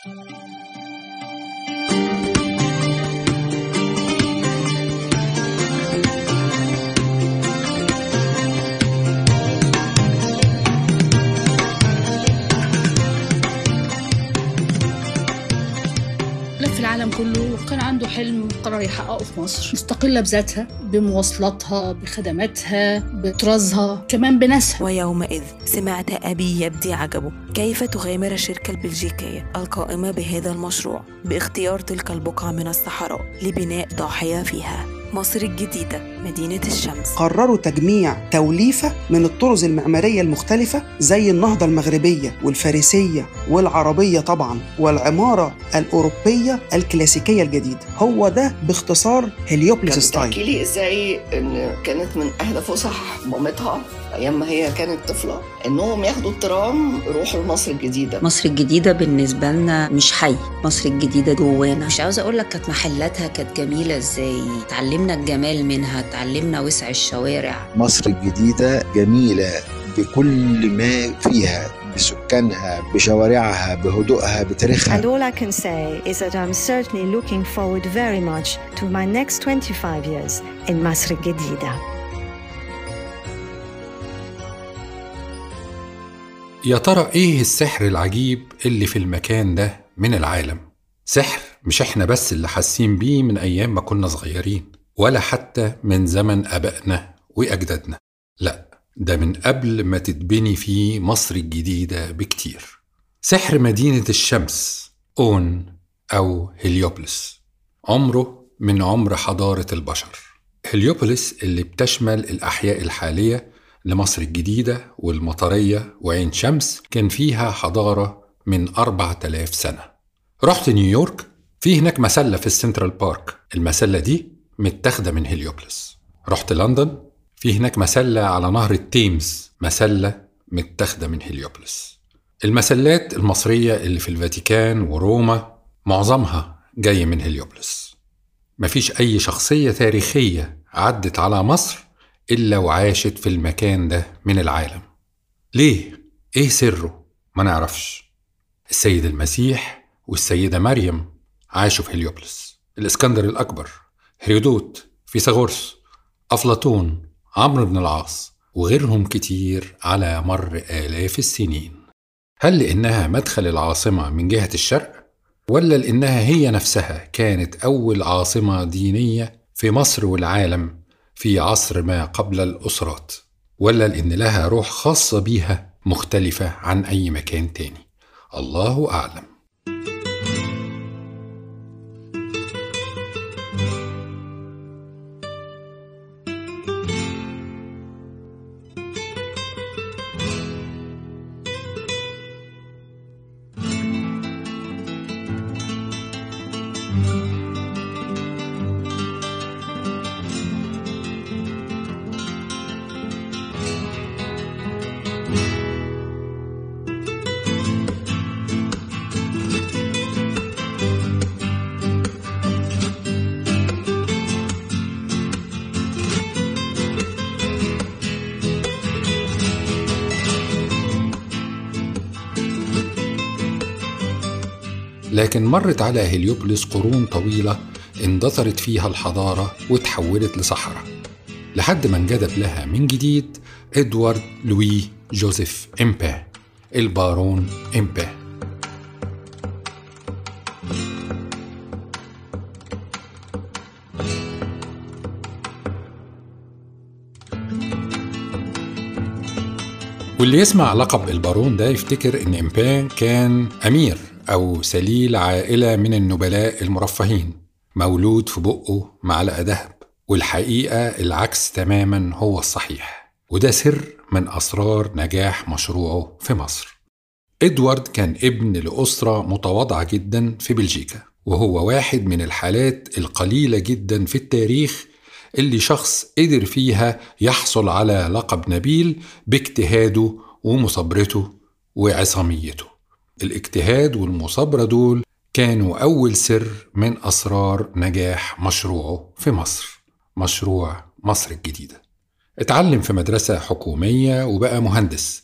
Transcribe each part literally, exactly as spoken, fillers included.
في العالم كله كان عنده حلم قرر يحققه في مصر، مستقلة بذاتها، بمواصلاتها، بخدماتها، بطرازها، كمان بناسها. ويومئذ سمعت أبي يبدي عجبه كيف تغامر الشركة البلجيكية القائمة بهذا المشروع باختيار تلك البقعة من الصحراء لبناء ضاحية فيها، مصر الجديدة مدينة الشمس. قرروا تجميع توليفة من الطرز المعمارية المختلفة زي النهضة المغربية والفارسية والعربية طبعا، والعمارة الأوروبية الكلاسيكية الجديدة. هو ده باختصار هليوبلس ستايل. تحكي لي إزاي إن كانت من أهدى فسح مامتها أيام ما هي كانت طفلة إنهم ياخدوا الترام يروحوا لمصر الجديدة. مصر الجديدة بالنسبة لنا مش حي، مصر الجديدة جوانا. مش عاوزة أقول لك كانت محلاتها كانت جميلة إزاي، تعلمنا الجمال منها، تعلمنا وسع الشوارع. مصر الجديدة جميلة بكل ما فيها، بسكانها، بشوارعها، بهدوءها، بتاريخها. And all I can say is that I'm certainly looking forward very much to my next twenty-five years in مصر الجديدة. يا ترى إيه السحر العجيب اللي في المكان ده من العالم؟ سحر مش إحنا بس اللي حاسين بيه من أيام ما كنا صغيرين، ولا حتى من زمن أبائنا وأجدادنا، لأ، ده من قبل ما تتبني فيه مصر الجديدة بكتير. سحر مدينة الشمس، أون أو هليوبلس، عمره من عمر حضارة البشر. هليوبلس اللي بتشمل الأحياء الحالية لمصر الجديدة والمطرية وعين شمس كان فيها حضارة من أربعة آلاف سنة. رحت نيويورك، في هناك مسلة في السنترال بارك، المسلة دي متاخدة من هليوبلس. رحت لندن، في هناك مسلة على نهر التيمز، مسلة متاخدة من هليوبلس. المسلات المصرية اللي في الفاتيكان وروما معظمها جاي من هليوبلس. مفيش أي شخصية تاريخية عدت على مصر إلا وعاشت في المكان ده من العالم. ليه؟ إيه سره؟ ما نعرفش. السيد المسيح والسيدة مريم عاشوا في هليوبلس، الإسكندر الأكبر، هيرودوت، فيثاغورس، أفلاطون، عمرو بن العاص وغيرهم كتير على مر آلاف السنين. هل لأنها مدخل العاصمة من جهة الشرق؟ ولا لأنها هي نفسها كانت أول عاصمة دينية في مصر والعالم في عصر ما قبل الأسرات؟ ولا لأن لها روح خاصة بيها مختلفة عن أي مكان تاني؟ الله أعلم. لكن مرت على هليوبلس قرون طويلة اندثرت فيها الحضارة وتحولت لصحراء، لحد ما انجذب لها من جديد إدوارد لوي جوزيف إمبا، البارون إمبا. واللي يسمع لقب البارون ده يفتكر إن إمبا كان أمير أو سليل عائلة من النبلاء المرفهين، مولود في بقه معلقة دهب. والحقيقة العكس تماما هو الصحيح، وده سر من أسرار نجاح مشروعه في مصر. إدوارد كان ابن لأسرة متواضعة جدا في بلجيكا، وهو واحد من الحالات القليلة جدا في التاريخ اللي شخص قدر فيها يحصل على لقب نبيل باجتهاده ومثابرته وعصاميته. الاجتهاد والمثابرة دول كانوا أول سر من أسرار نجاح مشروعه في مصر، مشروع مصر الجديدة. اتعلم في مدرسة حكومية وبقى مهندس،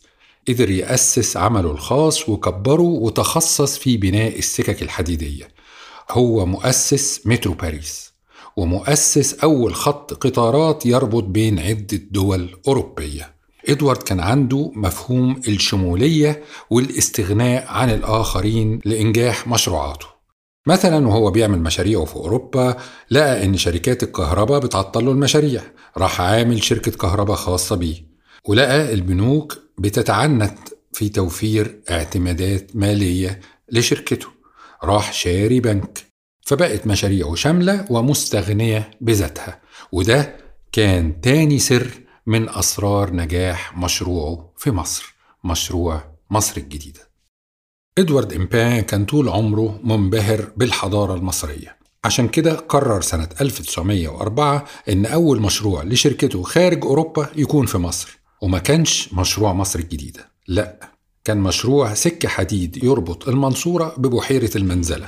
قدر يأسس عمله الخاص وكبره وتخصص في بناء السكك الحديدية. هو مؤسس مترو باريس ومؤسس أول خط قطارات يربط بين عدة دول أوروبية. إدوارد كان عنده مفهوم الشمولية والاستغناء عن الآخرين لإنجاح مشروعاته. مثلا وهو بيعمل مشاريعه في أوروبا لقى إن شركات الكهرباء بتعطله المشاريع، راح عامل شركة كهرباء خاصة بيه. ولقى البنوك بتتعنت في توفير اعتمادات مالية لشركته، راح شاري بنك. فبقت مشاريعه شاملة ومستغنية بذاتها، وده كان تاني سر من أسرار نجاح مشروعه في مصر، مشروع مصر الجديدة. إدوارد إمبان كان طول عمره منبهر بالحضارة المصرية، عشان كده قرر سنة ألف وتسعمية وأربعة إن أول مشروع لشركته خارج أوروبا يكون في مصر. وما كانش مشروع مصر الجديدة، لأ، كان مشروع سكة حديد يربط المنصورة ببحيرة المنزلة.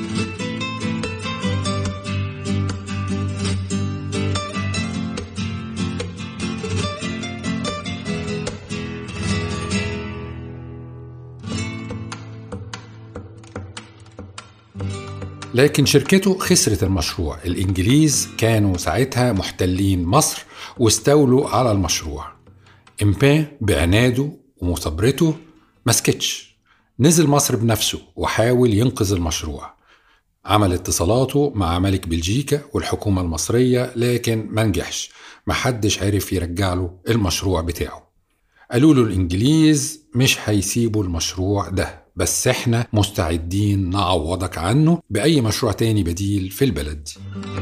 لكن شركته خسرت المشروع. الإنجليز كانوا ساعتها محتلين مصر واستولوا على المشروع. إمبان بعناده ومثابرته مسكتش، نزل مصر بنفسه وحاول ينقذ المشروع. عمل اتصالاته مع ملك بلجيكا والحكومة المصرية، لكن ما نجحش، محدش عرف يرجع له المشروع بتاعه. قالوا له الإنجليز مش هيسيبوا المشروع ده، بس احنا مستعدين نعوضك عنه بأي مشروع تاني بديل في البلد دي.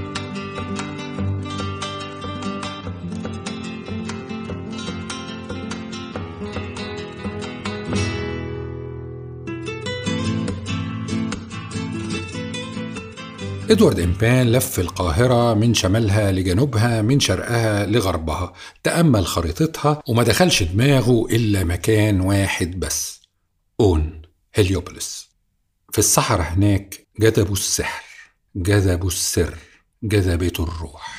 إدوارد إمبان لف القاهرة من شمالها لجنوبها، من شرقها لغربها، تأمل خريطتها وما دخلش دماغه إلا مكان واحد بس، أون هليوبوليس. في الصحراء هناك جذبوا السحر، جذبوا السر، جذبته الروح.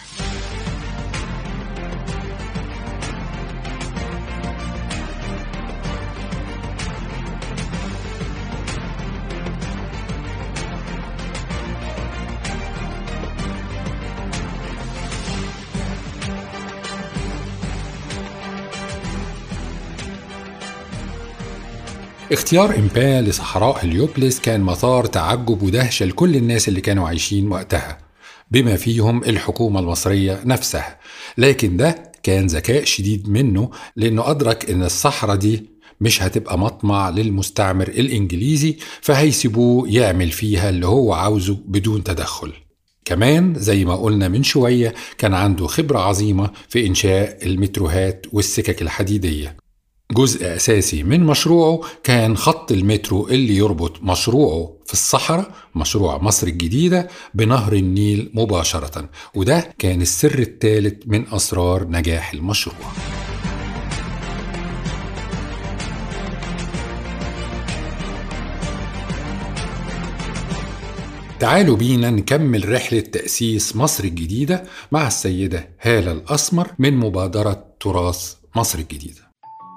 اختيار إمبان لصحراء هليوبوليس كان مثار تعجب ودهشة لكل الناس اللي كانوا عايشين وقتها، بما فيهم الحكومة المصرية نفسها. لكن ده كان ذكاء شديد منه، لأنه أدرك إن الصحراء دي مش هتبقى مطمع للمستعمر الإنجليزي، فهيسيبوه يعمل فيها اللي هو عاوزه بدون تدخل. كمان زي ما قلنا من شوية كان عنده خبرة عظيمة في إنشاء المتروهات والسكك الحديدية. جزء أساسي من مشروعه كان خط المترو اللي يربط مشروعه في الصحراء، مشروع مصر الجديدة، بنهر النيل مباشرة، وده كان السر الثالث من أسرار نجاح المشروع. تعالوا بينا نكمل رحلة تأسيس مصر الجديدة مع السيدة هالة الأسمر من مبادرة تراث مصر الجديدة.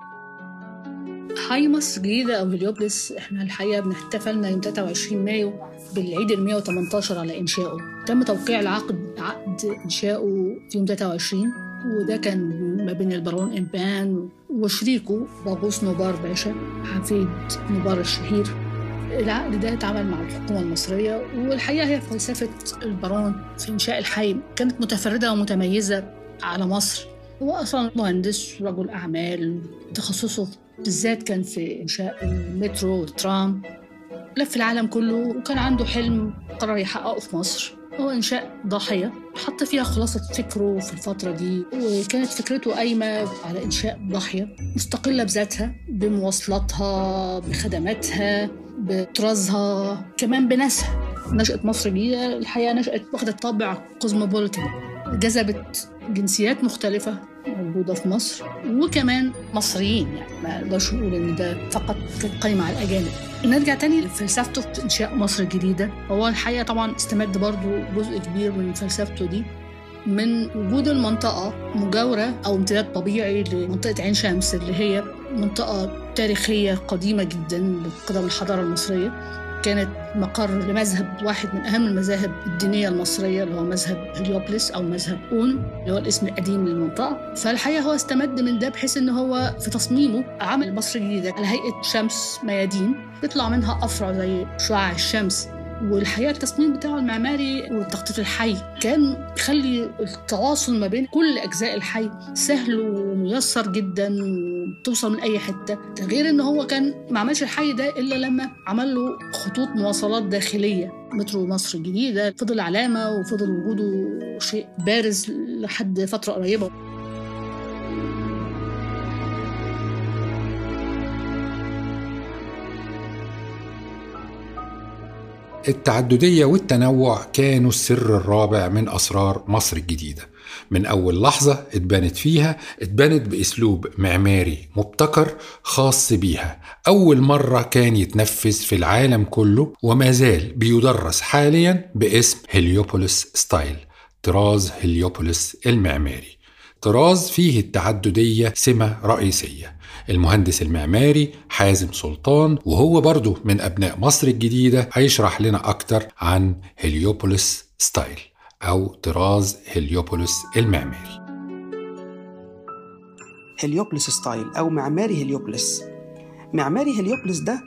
حي مصر الجديدة أو هليوبوليس، إحنا الحقيقة بنحتفلنا يوم تلاتة وعشرين مايو بالعيد المية وتمنتاشر على إنشائه. تم توقيع العقد عقد إنشائه في يوم تلاتة وعشرين، وده كان ما بين البارون إمبان وشريكه باغوس نوبار باشا حفيد نوبار الشهير. العقد ده اتعمل مع الحكومة المصرية، والحقيقة هي فلسفة البارون في إنشاء الحي كانت متفردة ومتميزة على مصر. هو أصلا مهندس رجل أعمال، تخصصه بالذات كان في إنشاء المترو والترام، لف العالم كله وكان عنده حلم قرر يحققه في مصر، هو إنشاء ضاحية حط فيها خلاصة فكره في الفترة دي. وكانت فكرته قايمة على إنشاء ضاحية مستقلة بذاتها، بمواصلاتها، بخدماتها، بطرازها، كمان بناسها. نشأة مصر الجديدة الحقيقة نشأت واخدة طابع كوزموبوليتان، جذبت جنسيات مختلفة موجودة في مصر وكمان مصريين، يعني ما نقدرش نقول إن ده فقط قايمة على الأجانب. نرجع تاني لفلسفته في إنشاء مصر الجديدة. هو الحقيقة طبعا استمد برضو جزء كبير من فلسفته دي من وجود المنطقة مجاورة أو امتداد طبيعي لمنطقة عين شمس، اللي هي منطقة تاريخية قديمة جدا لقدم الحضارة المصرية، كانت مقر لمذهب واحد من أهم المذاهب الدينية المصرية اللي هو مذهب هليوبوليس أو مذهب أون اللي هو الاسم القديم للمنطقة. فالحقيقة هو استمد من ده بحيث إن هو في تصميمه عمل مصر الجديدة على هيئة شمس ميادين بيطلع منها أفرع زي شعاع الشمس. والحقيقة التصميم بتاعه المعماري والتخطيط الحي كان يخلي التواصل ما بين كل أجزاء الحي سهل وميسر جدا وتوصل من أي حتة، غير إن هو كان ما عملش الحي ده إلا لما عمل له خطوط مواصلات داخلية. مترو مصر الجديدة فضل علامة وفضل وجوده شيء بارز لحد فترة قريبة. التعددية والتنوع كانوا السر الرابع من أسرار مصر الجديدة. من أول لحظة اتبنت فيها اتبنت بأسلوب معماري مبتكر خاص بيها، أول مرة كان يتنفذ في العالم كله وما زال بيدرس حاليا باسم هليوبوليس ستايل، طراز هليوبوليس المعماري. طراز فيه التعددية سمة رئيسية. المهندس المعماري حازم سلطان وهو برضو من أبناء مصر الجديدة هيشرح لنا أكتر عن هليوبوليس ستايل أو طراز هليوبوليس المعماري. هليوبوليس ستايل أو معماري هليوبوليس. معماري هليوبوليس ده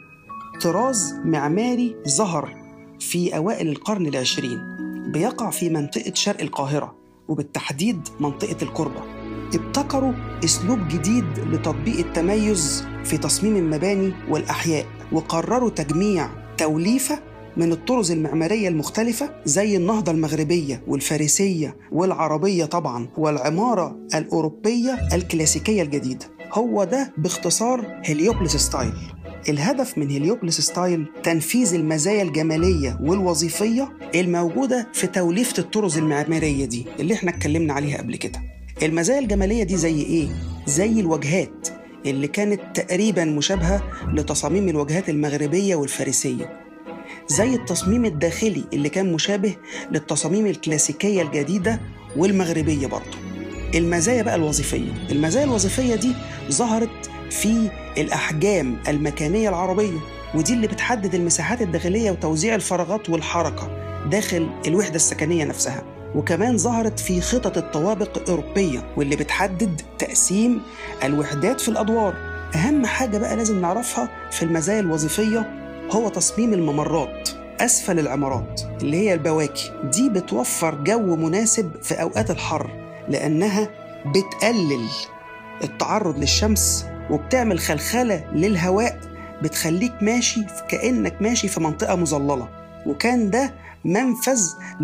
طراز معماري ظهر في أوائل القرن العشرين، بيقع في منطقة شرق القاهرة وبالتحديد منطقة الكوربة. ابتكروا أسلوب جديد لتطبيق التميز في تصميم المباني والأحياء، وقرروا تجميع توليفة من الطرز المعمارية المختلفة زي النهضة المغربية والفارسية والعربية طبعاً والعمارة الأوروبية الكلاسيكية الجديدة. هو ده باختصار هليوبوليس ستايل. الهدف من هليوبوليس ستايل تنفيذ المزايا الجمالية والوظيفية الموجودة في توليفة الطرز المعمارية دي اللي احنا اتكلمنا عليها قبل كده. المزايا الجمالية دي زي ايه؟ زي الواجهات اللي كانت تقريبا مشابهة لتصاميم الواجهات المغربية والفارسية، زي التصميم الداخلي اللي كان مشابه للتصاميم الكلاسيكية الجديدة والمغربية برضو. المزايا بقى الوظيفية، المزايا الوظيفية دي ظهرت في الأحجام المكانية العربية، ودي اللي بتحدد المساحات الداخلية وتوزيع الفراغات والحركة داخل الوحدة السكنية نفسها. وكمان ظهرت في خطط الطوابق الأوروبية واللي بتحدد تقسيم الوحدات في الأدوار. أهم حاجة بقى لازم نعرفها في المزايا الوظيفية هو تصميم الممرات أسفل العمارات اللي هي البواكي. دي بتوفر جو مناسب في أوقات الحر لأنها بتقلل التعرض للشمس وبتعمل خلخلة للهواء بتخليك ماشي كأنك ماشي في منطقة مظللة. وكان ده منفذ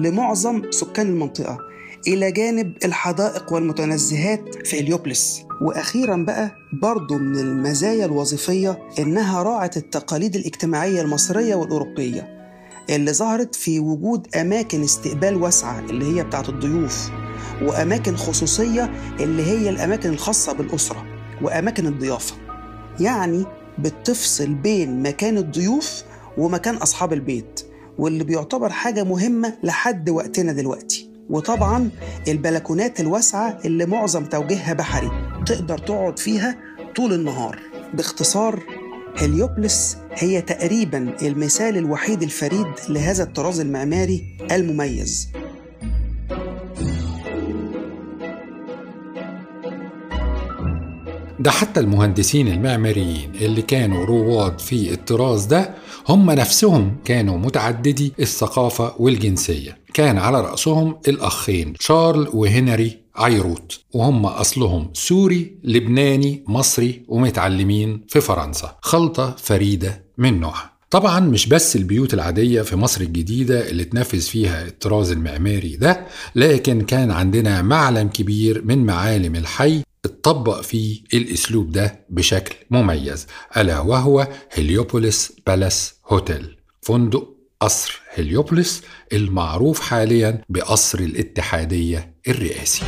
لمعظم سكان المنطقة، إلى جانب الحدائق والمتنزهات في هليوبوليس. وأخيراً بقى برضو من المزايا الوظيفية إنها راعت التقاليد الاجتماعية المصرية والأوروبية اللي ظهرت في وجود أماكن استقبال واسعة اللي هي بتاعت الضيوف، وأماكن خصوصية اللي هي الأماكن الخاصة بالأسرة وأماكن الضيافة. يعني بتفصل بين مكان الضيوف ومكان أصحاب البيت، واللي بيعتبر حاجة مهمة لحد وقتنا دلوقتي. وطبعاً البلكونات الواسعة اللي معظم توجيهها بحري تقدر تقعد فيها طول النهار. باختصار هليوبوليس هي تقريباً المثال الوحيد الفريد لهذا الطراز المعماري المميز. ده حتى المهندسين المعماريين اللي كانوا رواد في الطراز ده هم نفسهم كانوا متعددي الثقافة والجنسية. كان على رأسهم الأخين شارل وهنري عيروت، وهم أصلهم سوري لبناني مصري ومتعلمين في فرنسا، خلطة فريدة من نوعها. طبعا مش بس البيوت العادية في مصر الجديدة اللي تنفذ فيها الطراز المعماري ده، لكن كان عندنا معلم كبير من معالم الحي اتطبق فيه الاسلوب ده بشكل مميز، الا وهو هليوبوليس بالاس هوتيل، فندق قصر هليوبوليس المعروف حاليا بقصر الاتحادية الرئاسي.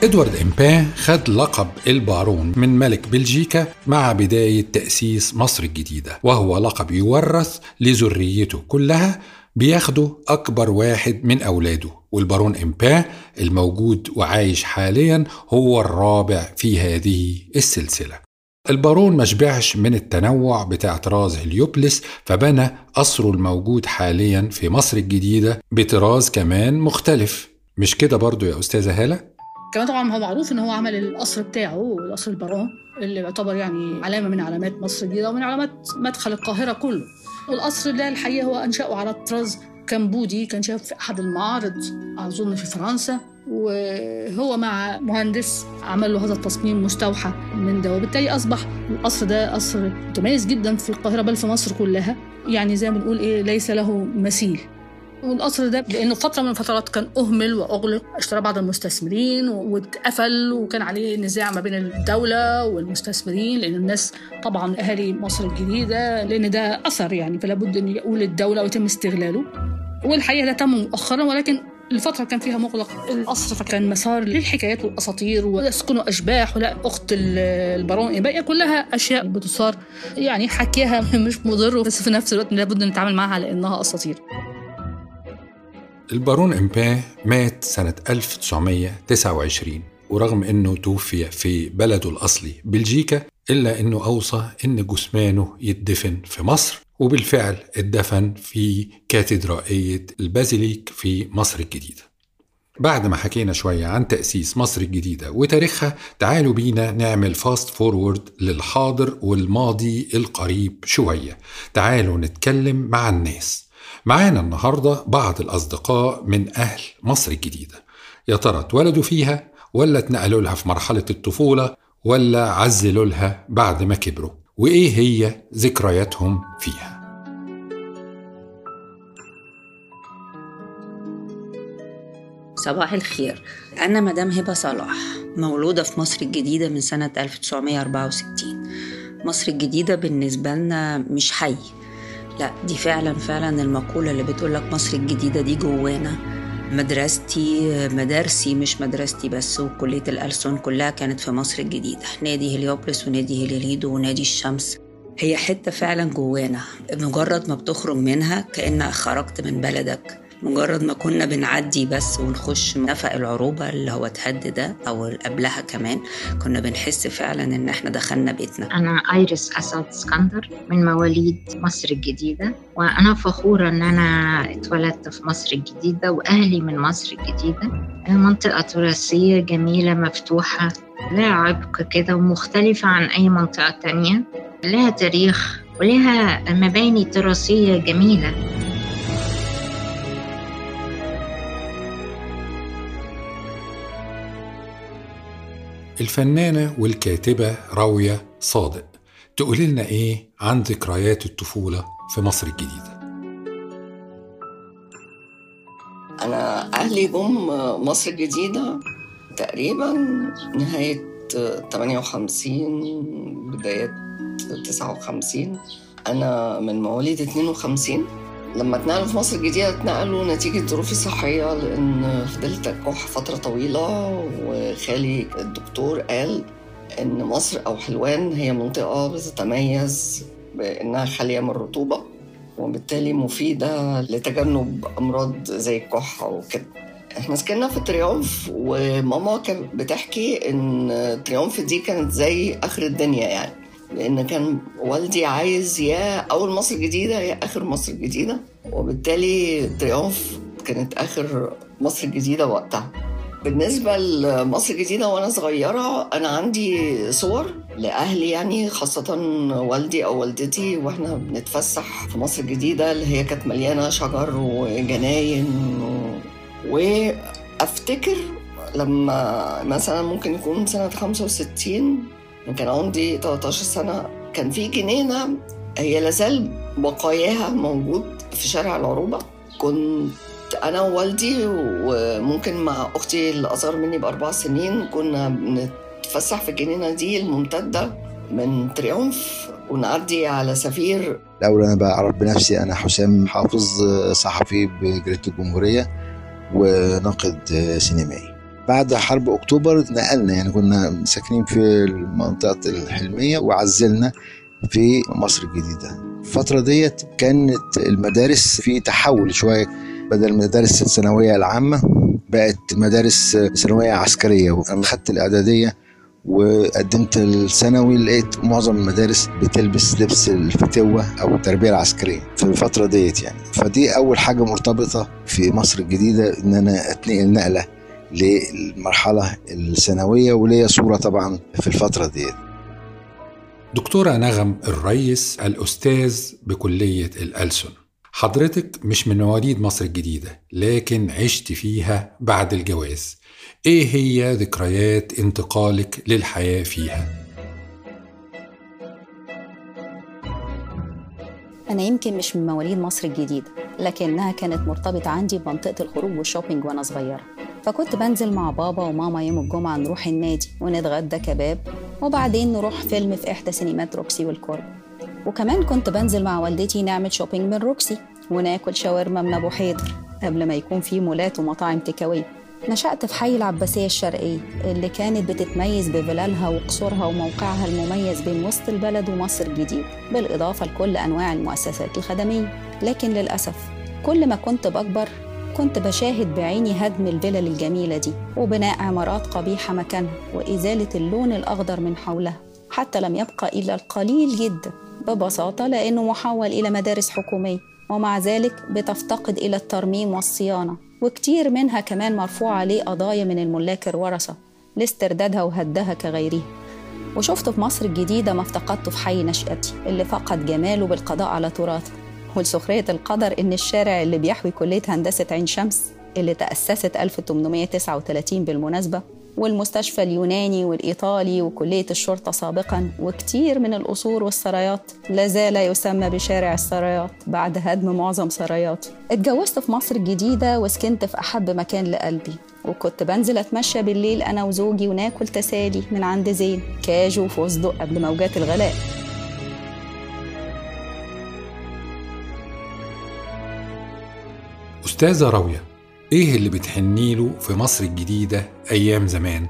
إدوارد إمبان خد لقب البارون من ملك بلجيكا مع بداية تأسيس مصر الجديدة، وهو لقب يورث لذريته كلها، بياخده أكبر واحد من أولاده، والبارون إمبان الموجود وعايش حاليا هو الرابع في هذه السلسلة. البارون مشبعش من التنوع بتاع طراز هليوبلس، فبنى قصره الموجود حاليا في مصر الجديدة بطراز كمان مختلف. مش كده برضو يا أستاذة هالة؟ كمان طبعا هو معروف ان هو عمل القصر بتاعه، القصر البارون، اللي يعتبر يعني علامة من علامات مصر الجديدة ومن علامات مدخل القاهرة كله. والقصر ده الحقيقة هو أنشأه على طراز كمبودي، كان شاف في أحد المعارض أظن في فرنسا، وهو مع مهندس عمل له هذا التصميم مستوحى من ده، وبالتالي أصبح القصر ده قصر متميز جدا في القاهرة بل في مصر كلها، يعني زي ما بنقول إيه ليس له مثيل. والقصر ده لأنه فترة من الفترات كان أهمل وأغلق، اشترى بعض المستثمرين واتقفل، وكان عليه نزاع ما بين الدولة والمستثمرين، لأن الناس طبعا أهالي مصر الجديدة، لأن ده أثر يعني فلا بد أن يقول الدولة ويتم استغلاله. والحقيقة ده تم مؤخرا، ولكن الفترة كان فيها مغلق القصر، فكان مسار للحكايات والأساطير ويسكنوا أشباح ولا أخت البارون إمبان، كلها أشياء بتصار يعني حكيها مش مضر، بس في نفس الوقت لابد نتعامل معها لأنها أساطير. البارون إمبان مات سنة ألف وتسعمية وتسعة وعشرين، ورغم أنه توفي في بلده الأصلي بلجيكا إلا أنه أوصى أن جثمانه يدفن في مصر، وبالفعل اتدفن في كاتدرائية البازيليك في مصر الجديدة. بعد ما حكينا شوية عن تأسيس مصر الجديدة وتاريخها، تعالوا بينا نعمل فاست فورورد للحاضر والماضي القريب شوية. تعالوا نتكلم مع الناس. معانا النهاردة بعض الأصدقاء من أهل مصر الجديدة، يا ترى اتولدوا فيها ولا اتنقلوا لها في مرحلة الطفولة ولا عزلوا لها بعد ما كبروا، وإيه هي ذكرياتهم فيها. صباح الخير، أنا مدام هبة صلاح، مولودة في مصر الجديدة من سنة ألف وتسعمية وأربعة وستين. مصر الجديدة بالنسبة لنا مش حي، لا دي فعلا فعلا المقولة اللي بتقولك مصر الجديدة دي جوانا. مدرستي مدارسي مش مدرستي بس، وكلية الألسن كلها كانت في مصر الجديدة، نادي هليوبلس ونادي هليليدو ونادي الشمس. هي حتة فعلا جوانا، مجرد ما بتخرج منها كأنك خرجت من بلدك. مجرد ما كنا بنعدي بس ونخش نفق العروبة اللي هو تهد ده أو قبلها كمان، كنا بنحس فعلا إن احنا دخلنا بيتنا. أنا آيريس أسد اسكندر من مواليد مصر الجديدة، وأنا فخورة إن أنا اتولدت في مصر الجديدة وأهلي من مصر الجديدة. منطقة تراثية جميلة مفتوحة، لها عبق كده ومختلفة عن أي منطقة تانية، لها تاريخ ولها مباني تراثية جميلة. الفنانة والكاتبة راوية صادق تقول لنا إيه عن ذكريات الطفولة في مصر الجديدة. أنا أهلي جم مصر الجديدة تقريبا نهاية ثمانية وخمسين بداية تسعة وخمسين. أنا من مواليد اثنين وخمسين. لما اتنقلوا في مصر الجديدة اتنقلوا نتيجة ظروفي الصحية، لأن فضلت أكح فترة طويلة، وخالي الدكتور قال إن مصر أو حلوان هي منطقة بتتميز بأنها خالية من الرطوبة، وبالتالي مفيدة لتجنب أمراض زي الكحة وكده. احنا سكننا في تريومف، وماما كانت بتحكي إن تريومف دي كانت زي آخر الدنيا يعني، لأن كان والدي عايز يا أول مصر الجديدة يا آخر مصر الجديدة، وبالتالي تريومف كانت آخر مصر الجديدة وقتها. بالنسبة لمصر الجديدة وأنا صغيرة، أنا عندي صور لأهلي يعني، خاصة والدي أو والدتي وإحنا بنتفسح في مصر الجديدة اللي هي كانت مليانة شجر وجناين. وأفتكر لما مثلا ممكن يكون سنة خمسة وستين، كان عندي ثلاثة عشر سنة، كان في جنينة هي لازال بقاياها موجود في شارع العروبة. كنت أنا ووالدي وممكن مع أختي اللي أصغر مني بأربع سنين كنا بنتفسح في الجنينة دي الممتدة من تريومف ونعدي على سفير. الأول أنا بعرف بنفسي، أنا حسام حافظ، صحفي بجريدة الجمهورية وناقد سينمائي. بعد حرب أكتوبر نقلنا، يعني كنا ساكنين في منطقة الحلمية وعزلنا في مصر الجديدة. الفترة ديت كانت المدارس في تحول شوية، بدل المدارس الثانوية العامة بقت مدارس ثانوية عسكرية. أنا خدت الإعدادية وقدمت الثانوي، لقيت معظم المدارس بتلبس لبس الفتوة أو التربية العسكرية في الفترة ديت يعني. فدي أول حاجة مرتبطة في مصر الجديدة، إن أنا أتنقل نقلة للمرحلة الثانوية، وليا صورة طبعا في الفترة ديت. دكتورة نغم الريس، الأستاذ بكلية الألسن، حضرتك مش من مواليد مصر الجديدة لكن عشت فيها بعد الجواز. إيه هي ذكريات انتقالك للحياة فيها؟ أنا يمكن مش من مواليد مصر الجديدة، لكنها كانت مرتبطة عندي بمنطقة الخروج والشوبينج وأنا صغيرة. فكنت بنزل مع بابا وماما يوم الجمعة نروح النادي ونتغدى كباب، وبعدين نروح فيلم في إحدى سينمات روكسي والكورب. وكمان كنت بنزل مع والدتي نعمل شوبينج من روكسي وناكل شاورما من أبو حيدر قبل ما يكون فيه مولات ومطاعم تيكاوي. نشأت في حي العباسية الشرقية اللي كانت بتتميز بفلالها وقصورها وموقعها المميز بين وسط البلد ومصر الجديد، بالإضافة لكل أنواع المؤسسات الخدمية. لكن للأسف كل ما كنت بكبر كنت بشاهد بعيني هدم الفلل الجميلة دي وبناء عمارات قبيحة مكانها وإزالة اللون الأخضر من حولها، حتى لم يبقى إلا القليل جدا، ببساطة لأنه محول إلى مدارس حكومية، ومع ذلك بتفتقد إلى الترميم والصيانة، وكتير منها كمان مرفوع عليه قضايا من الملاك الورثة لاستردادها وهدها كغيرها. وشفت في مصر الجديدة ما افتقدته في حي نشأتي اللي فقد جماله بالقضاء على تراثه. ولسخرية القدر إن الشارع اللي بيحوي كلية هندسة عين شمس اللي تأسست ألف وثمانمائة وتسعة وثلاثين بالمناسبة، والمستشفى اليوناني والإيطالي وكلية الشرطة سابقاً، وكتير من القصور والسرايات لازال يسمى بشارع السرايات بعد هدم معظم سراياته. اتجوزت في مصر الجديدة وسكنت في أحب مكان لقلبي، وكنت بنزل أتمشى بالليل أنا وزوجي وناكل تسالي من عند زين كاجو وفستق قبل موجات الغلاء. أستاذة راوية، إيه اللي بتحني له في مصر الجديدة أيام زمان؟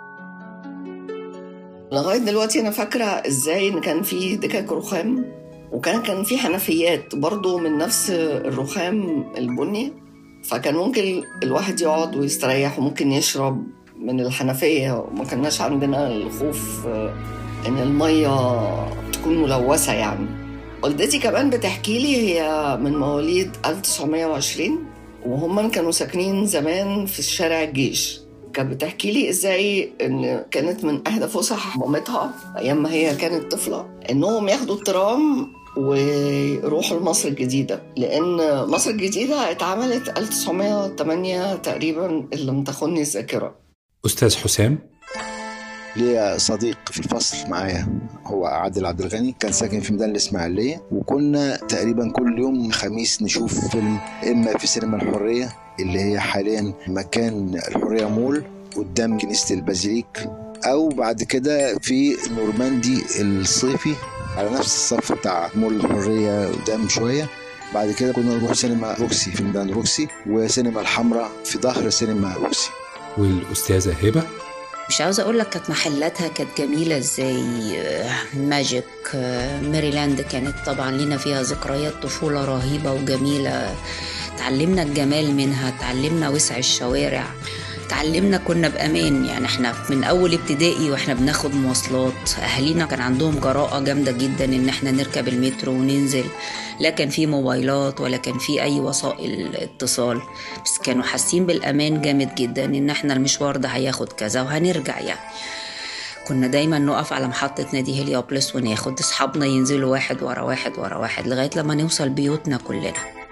لغاية دلوقتي أنا فاكرة إزاي إن كان في دكك رخام، وكان كان في حنفيات برضو من نفس الرخام البني، فكان ممكن الواحد يقعد ويستريح وممكن يشرب من الحنفية، وما كناش عندنا الخوف إن المية تكون ملوثة يعني. والدتي كمان بتحكي لي، هي من مواليد ألف وتسعمائة وعشرين وهم كانوا ساكنين زمان في الشارع الجيش. كانت بتحكي لي ازاي ان كانت من احدى فسح مامتها ايام ما هي كانت طفله انهم ياخدوا الترام ويروحوا لمصر الجديده، لان مصر الجديده اتعملت ألف وتسعمائة وثمانية تقريبا اللي متخوني الذاكره. استاذ حسام، ليا صديق في الفصل معايا هو عادل عبد الغني، كان ساكن في ميدان الإسماعيلية، وكنا تقريبا كل يوم خميس نشوف فيلم إما في سينما الحرية اللي هي حاليا مكان الحرية مول قدام كنيسة البازيليك، أو بعد كده في نورماندي الصيفي على نفس الصف بتاع مول الحرية قدام شوية. بعد كده كنا نروح سينما روكسي في ميدان روكسي، وسينما الحمراء في ظهر سينما روكسي. والأستاذة هبة، مش عاوزة أقول لك كانت محلاتها كانت جميلة ازاي، ماجيك، ميريلاند كانت طبعا لنا فيها ذكريات طفولة رهيبة وجميلة. تعلمنا الجمال منها، تعلمنا وسع الشوارع، تعلمنا كنا بأمان. يعني احنا من أول ابتدائي واحنا بناخد مواصلات، أهالينا كان عندهم جراءة جامدة جدا ان احنا نركب المترو وننزل، لا كان في موبايلات ولا كان في أي وسائل اتصال، بس كانوا حاسين بالأمان جامد جدا ان احنا المشوار ده هياخد كذا وهنرجع. يعني كنا دايما نقف على محطة نادي هليوبلس وناخد أصحابنا ينزلوا واحد ورا واحد ورا واحد لغاية لما نوصل بيوتنا كلنا.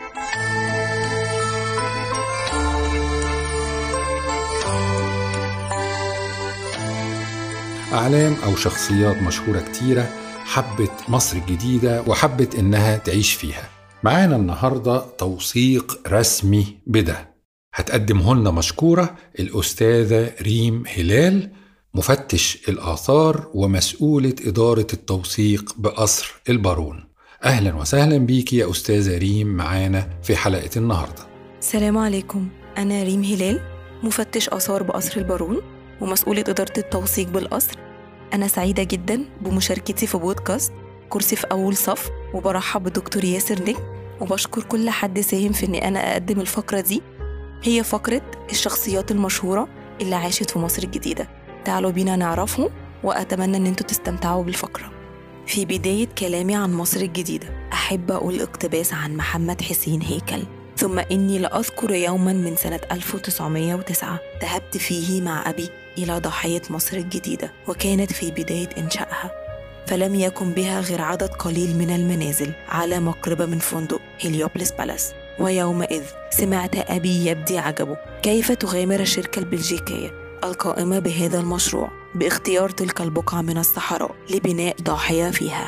أعلام أو شخصيات مشهورة كتيرة حبت مصر الجديدة وحبت إنها تعيش فيها. معانا النهاردة توثيق رسمي بده هتقدمه لنا مشكورة الأستاذة ريم هلال، مفتش الآثار ومسؤولة إدارة التوثيق بقصر البارون. أهلا وسهلا بيكي يا أستاذة ريم معانا في حلقة النهاردة. السلام عليكم، أنا ريم هلال، مفتش آثار بقصر البارون ومسؤولة إدارة التوثيق بالقصر. أنا سعيدة جدا بمشاركتي في بودكاست كرسي في أول صف، وبرحب بدكتور ياسر نجم، وبشكر كل حد ساهم في إن أنا أقدم الفقرة دي. هي فقرة الشخصيات المشهورة اللي عاشت في مصر الجديدة. تعالوا بينا نعرفهم، وأتمنى أن انتوا تستمتعوا بالفقرة. في بداية كلامي عن مصر الجديدة أحب أقول اقتباس عن محمد حسين هيكل: ثم إني لأذكر يوما من سنة ألف وتسعمائة وتسعة ذهبت فيه مع أبي إلى ضاحية مصر الجديدة، وكانت في بداية إنشائها، فلم يكن بها غير عدد قليل من المنازل على مقربة من فندق هيليوبلس بالاس. ويومئذ سمعت أبي يبدي عجبه كيف تغامر الشركة البلجيكية القائمة بهذا المشروع باختيار تلك البقعة من الصحراء لبناء ضاحية فيها.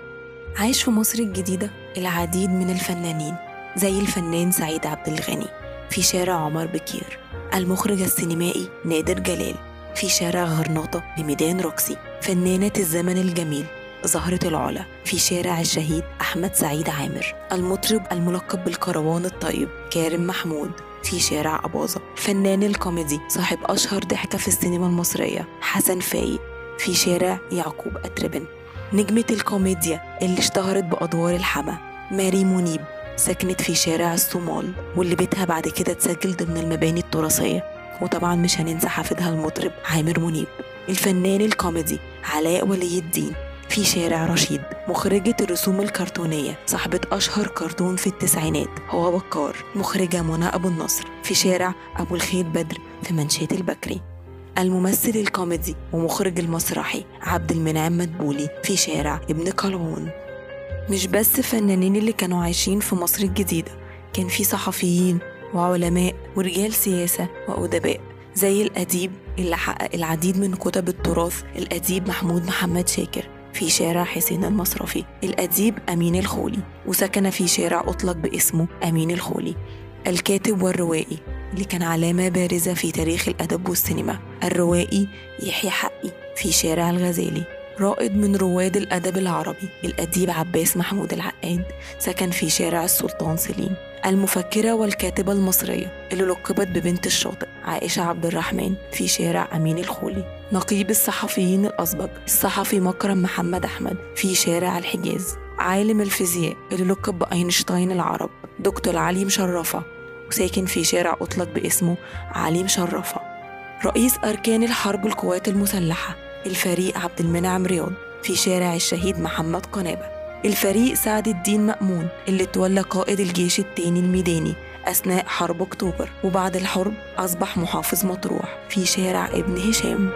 عايش في مصر الجديدة العديد من الفنانين، زي الفنان سعيد عبد الغني في شارع عمر بكير، المخرج السينمائي نادر جلال في شارع غرناطة لميدان روكسي، فنانة الزمن الجميل زهرة العلا في شارع الشهيد أحمد سعيد عامر، المطرب الملقب بالكروان الطيب كارم محمود في شارع أباظة، فنان الكوميدي صاحب أشهر ضحكة في السينما المصرية حسن فايق في شارع يعقوب أتربن، نجمة الكوميديا اللي اشتهرت بأدوار الحما ماري منيب سكنت في شارع الصومال، واللي بيتها بعد كده تسجل ضمن المباني التراثية. وطبعا مش هننسى حفيدها المطرب عامر منيب. الفنان الكوميدي علاء ولي الدين في شارع رشيد، مخرجة الرسوم الكرتونية صاحبة أشهر كرتون في التسعينات هو بكار مخرجة منى أبو النصر في شارع أبو الخير بدر في منشية البكري، الممثل الكوميدي ومخرج المسرحي عبد المنعم مدبولي في شارع ابن قلعون. مش بس فنانين اللي كانوا عايشين في مصر الجديدة، كان في صحفيين وعلماء ورجال سياسة وأدباء، زي الأديب اللي حقق العديد من كتب التراث الأديب محمود محمد شاكر في شارع حسين المصرفي، الأديب أمين الخولي وسكن في شارع أطلق باسمه أمين الخولي، الكاتب والروائي اللي كان علامة بارزة في تاريخ الأدب والسينما الروائي يحيى حقي في شارع الغزالي، رائد من رواد الأدب العربي الأديب عباس محمود العقاد سكن في شارع السلطان سليم، المفكرة والكاتبة المصرية اللي لقبت ببنت الشاطئ عائشة عبد الرحمن في شارع أمين الخولي، نقيب الصحفيين الأسبق الصحفي مكرم محمد أحمد في شارع الحجاز، عالم الفيزياء اللي لقب بأينشتاين العرب دكتور علي مشرفة وساكن في شارع أطلق باسمه علي مشرفة، رئيس أركان الحرب القوات المسلحة الفريق عبد المنعم رياض في شارع الشهيد محمد قنابة، الفريق سعد الدين مأمون اللي تولى قائد الجيش الثاني الميداني أثناء حرب أكتوبر، وبعد الحرب أصبح محافظ مطروح في شارع ابن هشام.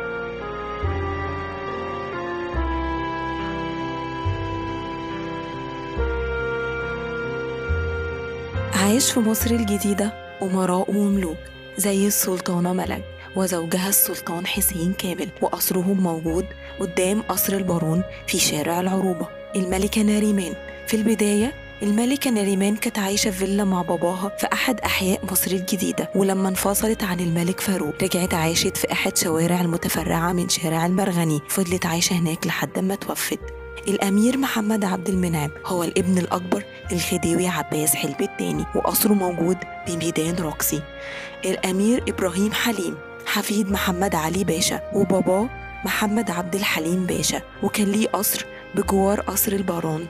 عايش في مصر الجديدة أمراء وملوك زي السلطانة ملك وزوجها السلطان حسين كامل، وقصرهم موجود قدام قصر البارون في شارع العروبة. الملكة ناريمان في البداية الملكة ناريمان كانت عايشة في فيلا مع باباها في أحد أحياء مصر الجديدة، ولما انفصلت عن الملك فاروق رجعت عاشت في أحد شوارع المتفرعة من شارع المرغني، فضلت عايشة هناك لحد ما توفت. الأمير محمد عبد المنعم هو الابن الأكبر للخديوي عباس حلمي الثاني، وقصره موجود بميدان روكسي. الأمير إبراهيم حليم حفيد محمد علي باشا، وباباه محمد عبد الحليم باشا، وكان ليه قصر بجوار قصر البارون.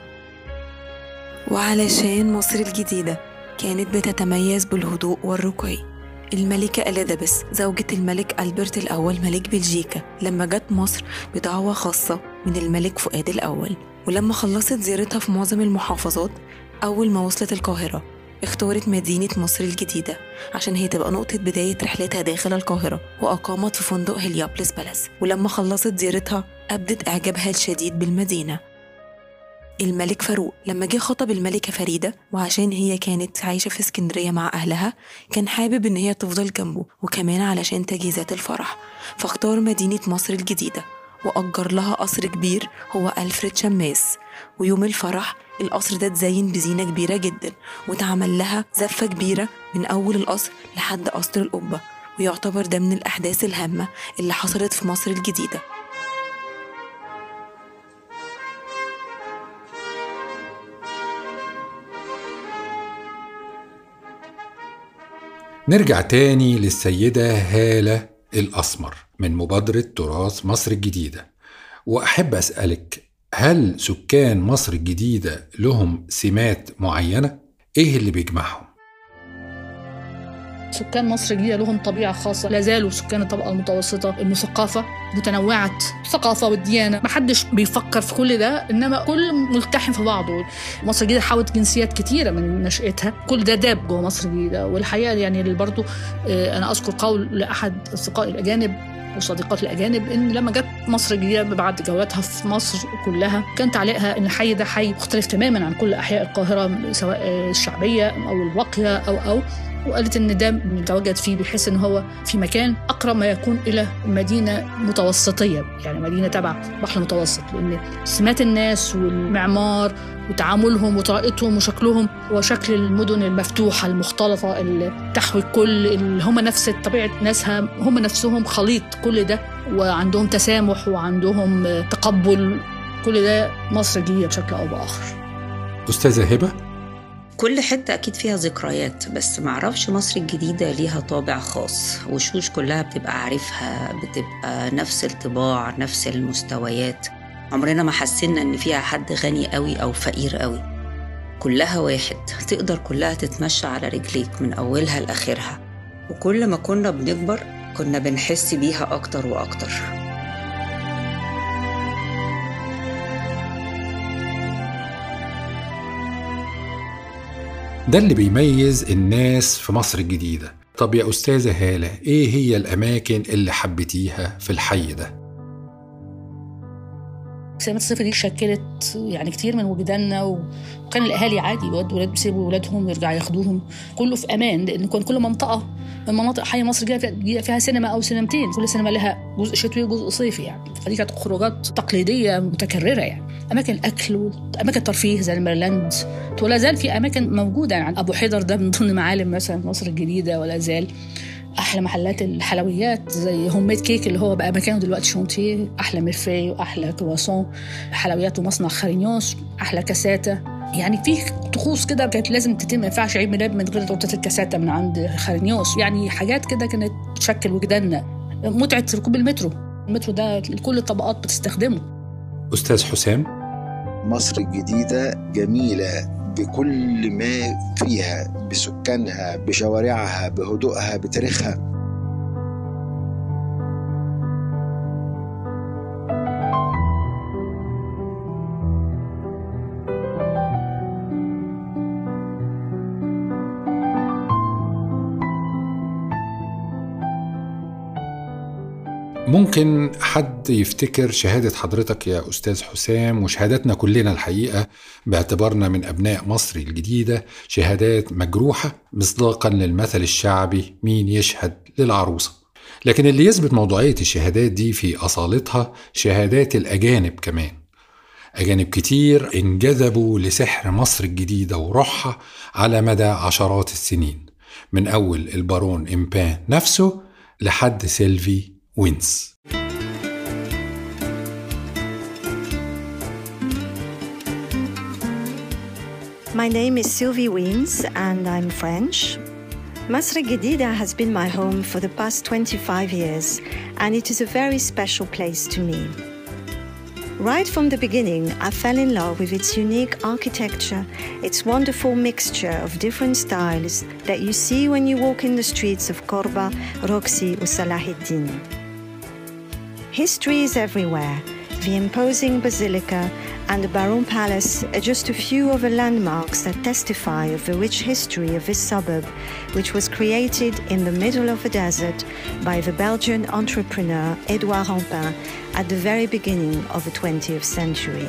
وعلشان مصر الجديدة كانت بتتميز بالهدوء والرقي، الملكة إليزابيث زوجة الملك ألبرت الأول ملك بلجيكا لما جت مصر بدعوة خاصة من الملك فؤاد الأول، ولما خلصت زيارتها في معظم المحافظات أول ما وصلت القاهرة اختارت مدينة مصر الجديدة عشان هي تبقى نقطة بداية رحلتها داخل القاهرة، وأقامت في فندق هيليوبلس بالاس. ولما خلصت زيارتها أبدت إعجابها الشديد بالمدينة. الملك فاروق لما جه خطب الملكة فريدة، وعشان هي كانت عايشة في اسكندرية مع أهلها كان حابب إن هي تفضل جنبه، وكمان علشان تجهيزات الفرح فاختار مدينة مصر الجديدة وأجر لها قصر كبير هو ألفريد شماس. ويوم الفرح القصر ده اتزين بزينة كبيرة جدا، وتعمل لها زفة كبيرة من أول القصر لحد قصر القبة، ويعتبر ده من الأحداث الهامة اللي حصلت في مصر الجديدة. نرجع تاني للسيدة هالة الأسمر من مبادرة تراث مصر الجديدة، وأحب أسألك، هل سكان مصر الجديدة لهم سمات معينة؟ إيه اللي بيجمعهم؟ سكان مصر الجديدة لهم طبيعة خاصة، لا زالوا سكان الطبقة المتوسطة المثقفة متنوعة الثقافة والديانة، محدش بيفكر في كل ده، إنما كل ملتحم في بعضه. مصر الجديدة حاولت جنسيات كتيرة من نشأتها، كل ده داب جوه مصر الجديدة. والحقيقة يعني برضو أنا أذكر قول لأحد أصدقائي الأجانب وصديقات الأجانب إن لما جت مصر الجديدة بعد جولاتها في مصر كلها كان تعليقها إن الحي ده حي مختلف تماما عن كل أحياء القاهرة، سواء الشعبية أو الراقية أو أو وقالت إن ده بنتواجد فيه بحيث إن هو في مكان أقرب ما يكون إلى مدينة متوسطية، يعني مدينة تبع بحر متوسط، لأن سمات الناس والمعمار وتعاملهم وطريقتهم وشكلهم وشكل المدن المفتوحة المختلطة اللي تحوي الكل، اللي هم نفس طبيعة ناسها، هم نفسهم خليط كل ده، وعندهم تسامح وعندهم تقبل. كل ده مصر الجديدة بشكل أو بآخر. أستاذة هبة، كل حتة أكيد فيها ذكريات، بس معرفش مصر الجديدة ليها طابع خاص، وشوش كلها بتبقى عارفها، بتبقى نفس الطباع، نفس المستويات، عمرنا ما حسينا إن فيها حد غني قوي أو فقير قوي، كلها واحد، تقدر كلها تتمشى على رجليك من أولها لآخرها. وكل ما كنا بنكبر كنا بنحس بيها أكتر وأكتر. ده اللي بيميز الناس في مصر الجديدة. طب يا أستاذة هالة، إيه هي الأماكن اللي حبيتيها في الحي ده؟ سمات الصيف دي شكلت يعني كتير من وجداننا، وكان الأهالي عادي بيودوا ولاد بيسيبوا ولادهم يرجعوا ياخدوهم، كله في أمان، لأن كان كل منطقة من مناطق حي مصر الجديدة فيها سينما أو سينمتين، كل سينما لها جزء شتوي وجزء صيفي يعني، فدي كانت خروجات تقليدية متكررة يعني. أماكن أكل وأماكن ترفيه زي الميرلاند، ولا زال في أماكن موجودة يعني. أبو حيدر ده من ضمن معالم مثلا مصر الجديدة، ولا زال أحلى محلات الحلويات زي هوم ميد كيك اللي هو بقى مكانه دلوقتي شونتيه، أحلى ميرفي وأحلى كرواسون، حلويات ومصنع خارينيوس، أحلى كاساتا. يعني في طقوس كده كانت لازم تتم، ما ينفعش عيد ميلاد من غير تورته الكاساتا من عند خارينيوس، يعني حاجات كده كانت تشكل وجداننا. متعة ركوب المترو، المترو ده كل الطبقات بتستخدمه. أستاذ حسام، مصر الجديدة جميلة بكل ما فيها، بسكانها، بشوارعها، بهدوءها، بتاريخها. ممكن حد يفتكر شهادة حضرتك يا أستاذ حسام وشهادتنا كلنا الحقيقة باعتبارنا من أبناء مصر الجديدة شهادات مجروحة مصداقا للمثل الشعبي مين يشهد للعروسة، لكن اللي يثبت موضوعية الشهادات دي في أصالتها شهادات الأجانب كمان. أجانب كتير انجذبوا لسحر مصر الجديدة وروحها على مدى عشرات السنين، من أول البارون إمبان نفسه لحد سيلفي وينس. My name is Sylvie Wins and I'm French. Masr Gedida has been my home for the past twenty-five years and it is a very special place to me. Right from the beginning, I fell in love with its unique architecture, its wonderful mixture of different styles that you see when you walk in the streets of Korba, Roxy or Salahuddin. History is everywhere. The imposing basilica and the Baron Palace are just a few of the landmarks that testify of the rich history of this suburb, which was created in the middle of the desert by the Belgian entrepreneur Edouard Rampin at the very beginning of the twentieth century.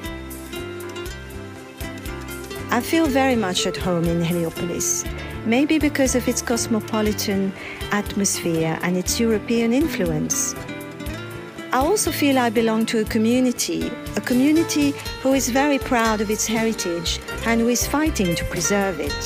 I feel very much at home in Heliopolis, maybe because of its cosmopolitan atmosphere and its European influence. I also feel I belong to a community, a community who is very proud of its heritage and who is fighting to preserve it.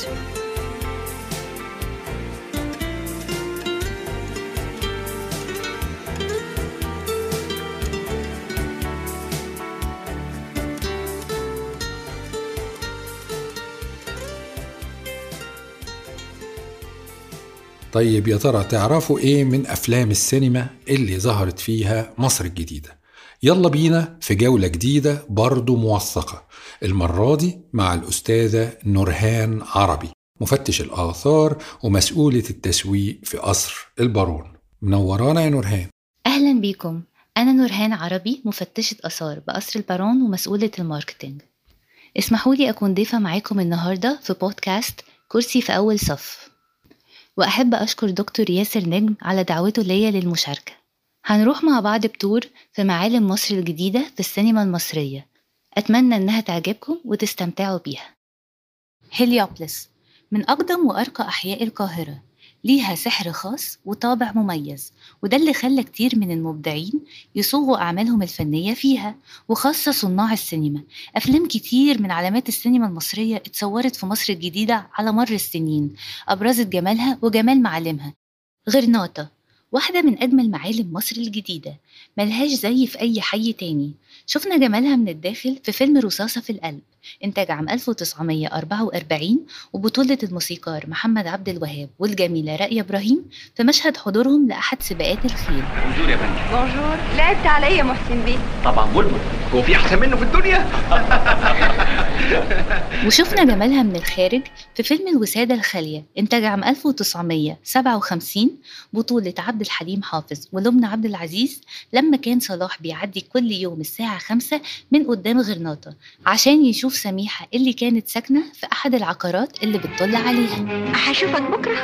طيب يا ترى تعرفوا إيه من أفلام السينما اللي ظهرت فيها مصر الجديدة؟ يلا بينا في جولة جديدة برضو موثقة، المرة دي مع الأستاذة نورهان عربي، مفتش الآثار ومسؤولة التسويق في قصر البارون. منورانا يا نورهان. أهلا بيكم، أنا نورهان عربي، مفتشة آثار بقصر البارون ومسؤولة الماركتينج. اسمحوا لي أكون ضيفة معاكم النهاردة في بودكاست كرسي في أول صف، وأحب أشكر دكتور ياسر نجم على دعوته ليا للمشاركة. هنروح مع بعض بتور في معالم مصر الجديدة في السينما المصرية، أتمنى أنها تعجبكم وتستمتعوا بيها. هيليوبلس من أقدم وأرقى أحياء القاهرة، ليها سحر خاص وطابع مميز، وده اللي خلى كتير من المبدعين يصوغوا أعمالهم الفنية فيها، وخاصة صناع السينما. أفلام كتير من علامات السينما المصرية اتصورت في مصر الجديدة على مر السنين، أبرزت جمالها وجمال معالمها. غرناطة واحدة من أجمل معالم مصر الجديدة، ملهاش زي في أي حي تاني. شفنا جمالها من الداخل في فيلم رصاصة في القلب، إنتاج عام ألف وتسعمية أربعة وأربعين، وبطولة الموسيقار محمد عبد الوهاب والجميلة رائية إبراهيم في مشهد حضورهم لأحد سباقات الخيل. بونجور يا فندم. بونجور. لعبت عليا محسن بيه؟ طبعا بلبل، هو في أحسن منه في الدنيا؟ وشفنا جمالها من الخارج في فيلم الوسادة الخالية، إنتاج عام ألف وتسعمية سبعة وخمسين، بطولة عبد الحليم حافظ ولبنى عبد العزيز، لما كان صلاح بيعدي كل يوم الساعة خمسة من قدام غرناطة عشان يشوف سميحة اللي كانت ساكنة في أحد العقارات اللي بتطل عليها. هشوفك بكرة.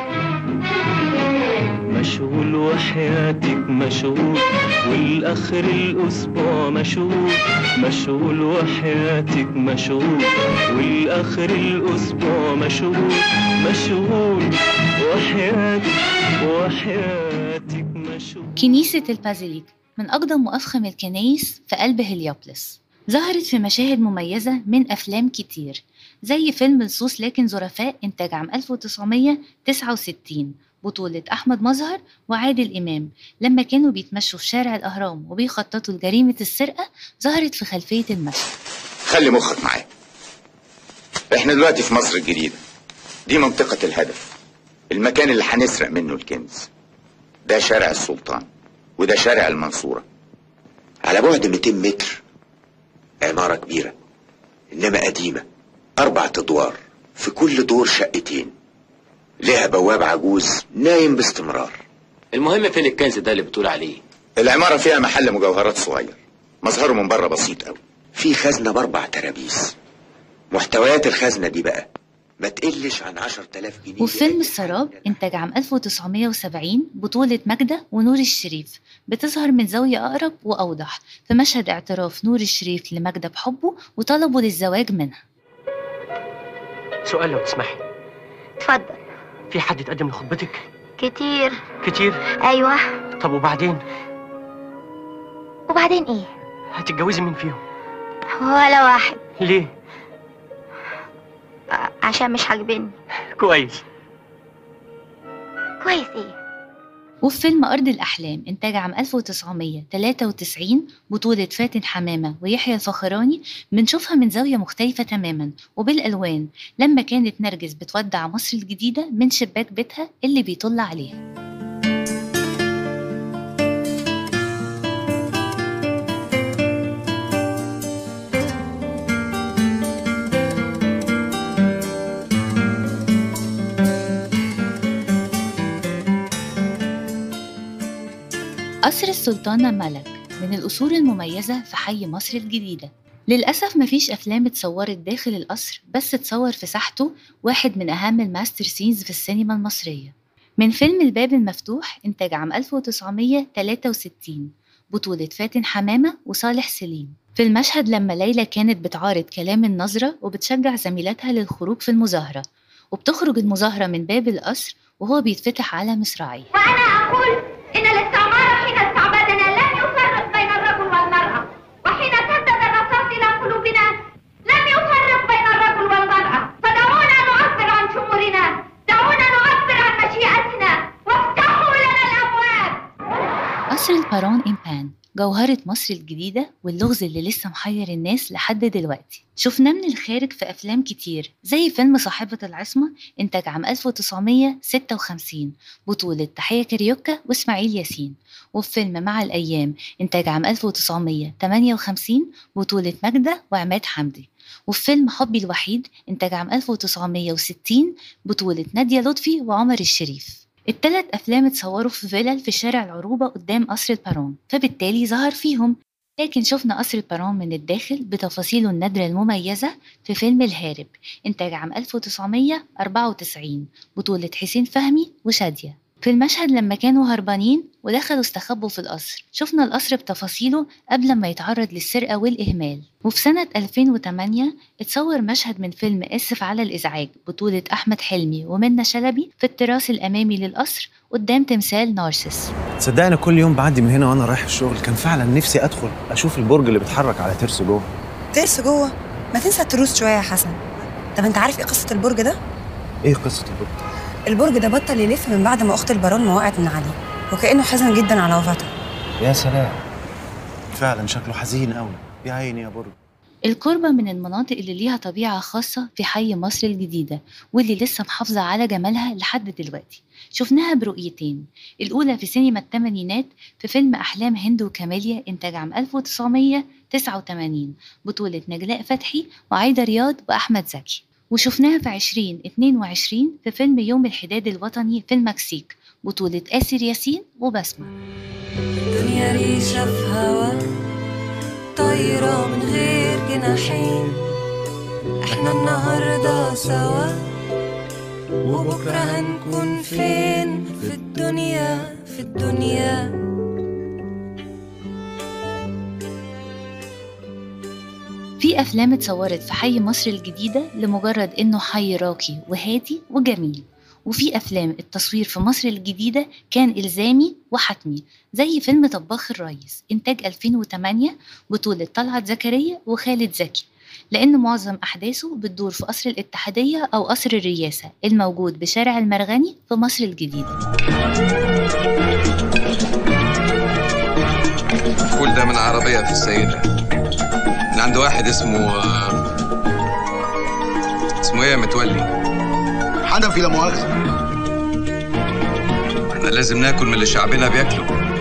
مشغول وحياتك مشغول، والآخر الأسبوع مشغول. مشغول وحياتك مشغول، والآخر الأسبوع مشغول. مشغول وحياتك وحياتك مشغول. كنيسة البازيليك من أقدم وأفخم الكنايس في قلب هليوبلس، ظهرت في مشاهد مميزة من أفلام كتير، زي فيلم لصوص لكن ظرفاء، إنتاج عام ألف وتسعمية تسعة وستين، بطولة أحمد مظهر وعادل إمام، لما كانوا بيتمشوا في شارع الأهرام وبيخططوا لجريمة السرقة، ظهرت في خلفية المشهد. خلي مخك معايا، احنا دلوقتي في مصر الجديدة، دي منطقة الهدف، المكان اللي هنسرق منه الكنز. ده شارع السلطان وده شارع المنصورة. على بعد مئتين متر عمارة كبيرة إنما قديمة، أربع أدوار، في كل دور شقتين، ليها بواب عجوز نايم باستمرار. المهم فين الكنز ده اللي بتقول عليه؟ العمارة فيها محل مجوهرات صغير، مظهره من بره بسيط قوي، في خزنة باربع ترابيز. محتويات الخزنة دي بقى ما تقلش عن عشرة آلاف جنيه. وفيلم السراب، إنتاج عام ألف وتسعمية وسبعين، بطولة ماجدة ونور الشريف، بتظهر من زاوية أقرب وأوضح في مشهد اعتراف نور الشريف لماجدة بحبه وطلبه للزواج منها. سؤال لو تسمحي. اتفضل. في حد اتقدم لخطبتك؟ كتير. كتير؟ أيوة. طب وبعدين؟ وبعدين إيه؟ هتتجوزي مين فيهم؟ ولا واحد. ليه؟ عشان مش عاجبني. كويس. كويس إيه؟ وفي فيلم أرض الأحلام، إنتاج عام ألف وتسعمية تلاتة وتسعين، بطولة فاتن حمامة ويحيى الفخراني، بنشوفها من زاوية مختلفة تماماً وبالألوان، لما كانت نرجس بتودع مصر الجديدة من شباك بيتها اللي بيطل عليها. قصر السلطانة ملك من القصور المميزة في حي مصر الجديدة. للأسف مفيش أفلام اتصورت داخل القصر، بس اتصور في ساحته واحد من أهم الماستر سينز في السينما المصرية، من فيلم الباب المفتوح، إنتاج عام ألف وتسعمية تلاتة وستين، بطولة فاتن حمامة وصالح سليم. في المشهد لما ليلى كانت بتعارض كلام النظرة وبتشجع زميلتها للخروج في المظاهرة، وبتخرج المظاهرة من باب القصر وهو بيتفتح على مصراعي. وأنا أقول إن الاستعمار حين استعبدنا لم يفرق بين الرجل والمرأة، وحين سدد الرصاص إلى قلوبنا لم يفرق بين الرجل والمرأة. فدعونا نعبر عن شعورنا، دعونا نعبر عن مشيئتنا، وافتحوا لنا الأبواب. قصر البارون إمبان جوهرة مصر الجديدة واللغز اللي لسه محير الناس لحد دلوقتي. شفناه من الخارج في أفلام كتير زي فيلم صاحبة العصمة إنتاج عام ألف وتسعمية ستة وخمسين بطولة تحية كاريوكا وإسماعيل ياسين، وفي فيلم مع الأيام إنتاج عام ألف وتسعمية تمانية وخمسين بطولة ماجدة وعماد حمدي، وفي فيلم حبي الوحيد إنتاج عام ألف وتسعمية وستين بطولة نادية لطفي وعمر الشريف. الثلاث أفلام اتصوروا في فيلل في شارع العروبة قدام قصر البارون، فبالتالي ظهر فيهم. لكن شفنا قصر البارون من الداخل بتفاصيله النادرة المميزة في فيلم الهارب إنتاج عام ألف وتسعمية أربعة وتسعين بطولة حسين فهمي وشادية. في المشهد لما كانوا هربانين ودخلوا استخبوا في القصر، شفنا القصر بتفاصيله قبل ما يتعرض للسرقة والإهمال. وفي سنة ألفين وتمانية اتصور مشهد من فيلم آسف على الإزعاج بطولة أحمد حلمي ومنى شلبي في التراس الأمامي للقصر قدام تمثال نارسس. صدقني كل يوم بعدي من هنا وأنا رايح الشغل كان فعلا نفسي أدخل أشوف البرج اللي بيتحرك على ترس جوه. ترس جوه؟ ما تنسى التروس شوية يا حسن. طب أنت عارف إيه قصة البرج ده؟ إيه قصة البرج؟ البرج ده بطل يلف من بعد ما أخت البارون ما وقعت من عليه، وكأنه حزن جدا على وفاتها. يا سلام، فعلا شكله حزين قوي. يا عيني يا برج. الكوربة من المناطق اللي ليها طبيعة خاصة في حي مصر الجديدة واللي لسه محافظة على جمالها لحد دلوقتي. شفناها برؤيتين، الأولى في سينما الثمانينات في فيلم أحلام هند وكاميليا إنتاج عام ألف وتسعمية تسعة وتمانين بطولة نجلاء فتحي وعايدة رياض وأحمد زكي، وشفناها في عشرين اتنين وعشرين في فيلم يوم الحداد الوطني في المكسيك بطولة آسر ياسين وبسمة. الدنيا ريشة في هوا طايرة من غير جناحين، احنا النهاردة سوا وبكرة هنكون فين في الدنيا في الدنيا. في أفلام اتصورت في حي مصر الجديدة لمجرد إنه حي راقي وهادي وجميل، وفي أفلام التصوير في مصر الجديدة كان إلزامي وحتمي زي فيلم طباخ الريس إنتاج ألفين وتمانية بطولة طلعت زكريا وخالد زكي، لأن معظم أحداثه بتدور في قصر الاتحادية أو قصر الرياسة الموجود بشارع المرغني في مصر الجديدة. كل ده من عربية في السيدة من عند واحد اسمه اسمه ايه يا متولي؟ حنفي لا مؤاخذة. احنا لازم ناكل من اللي شعبنا بياكله.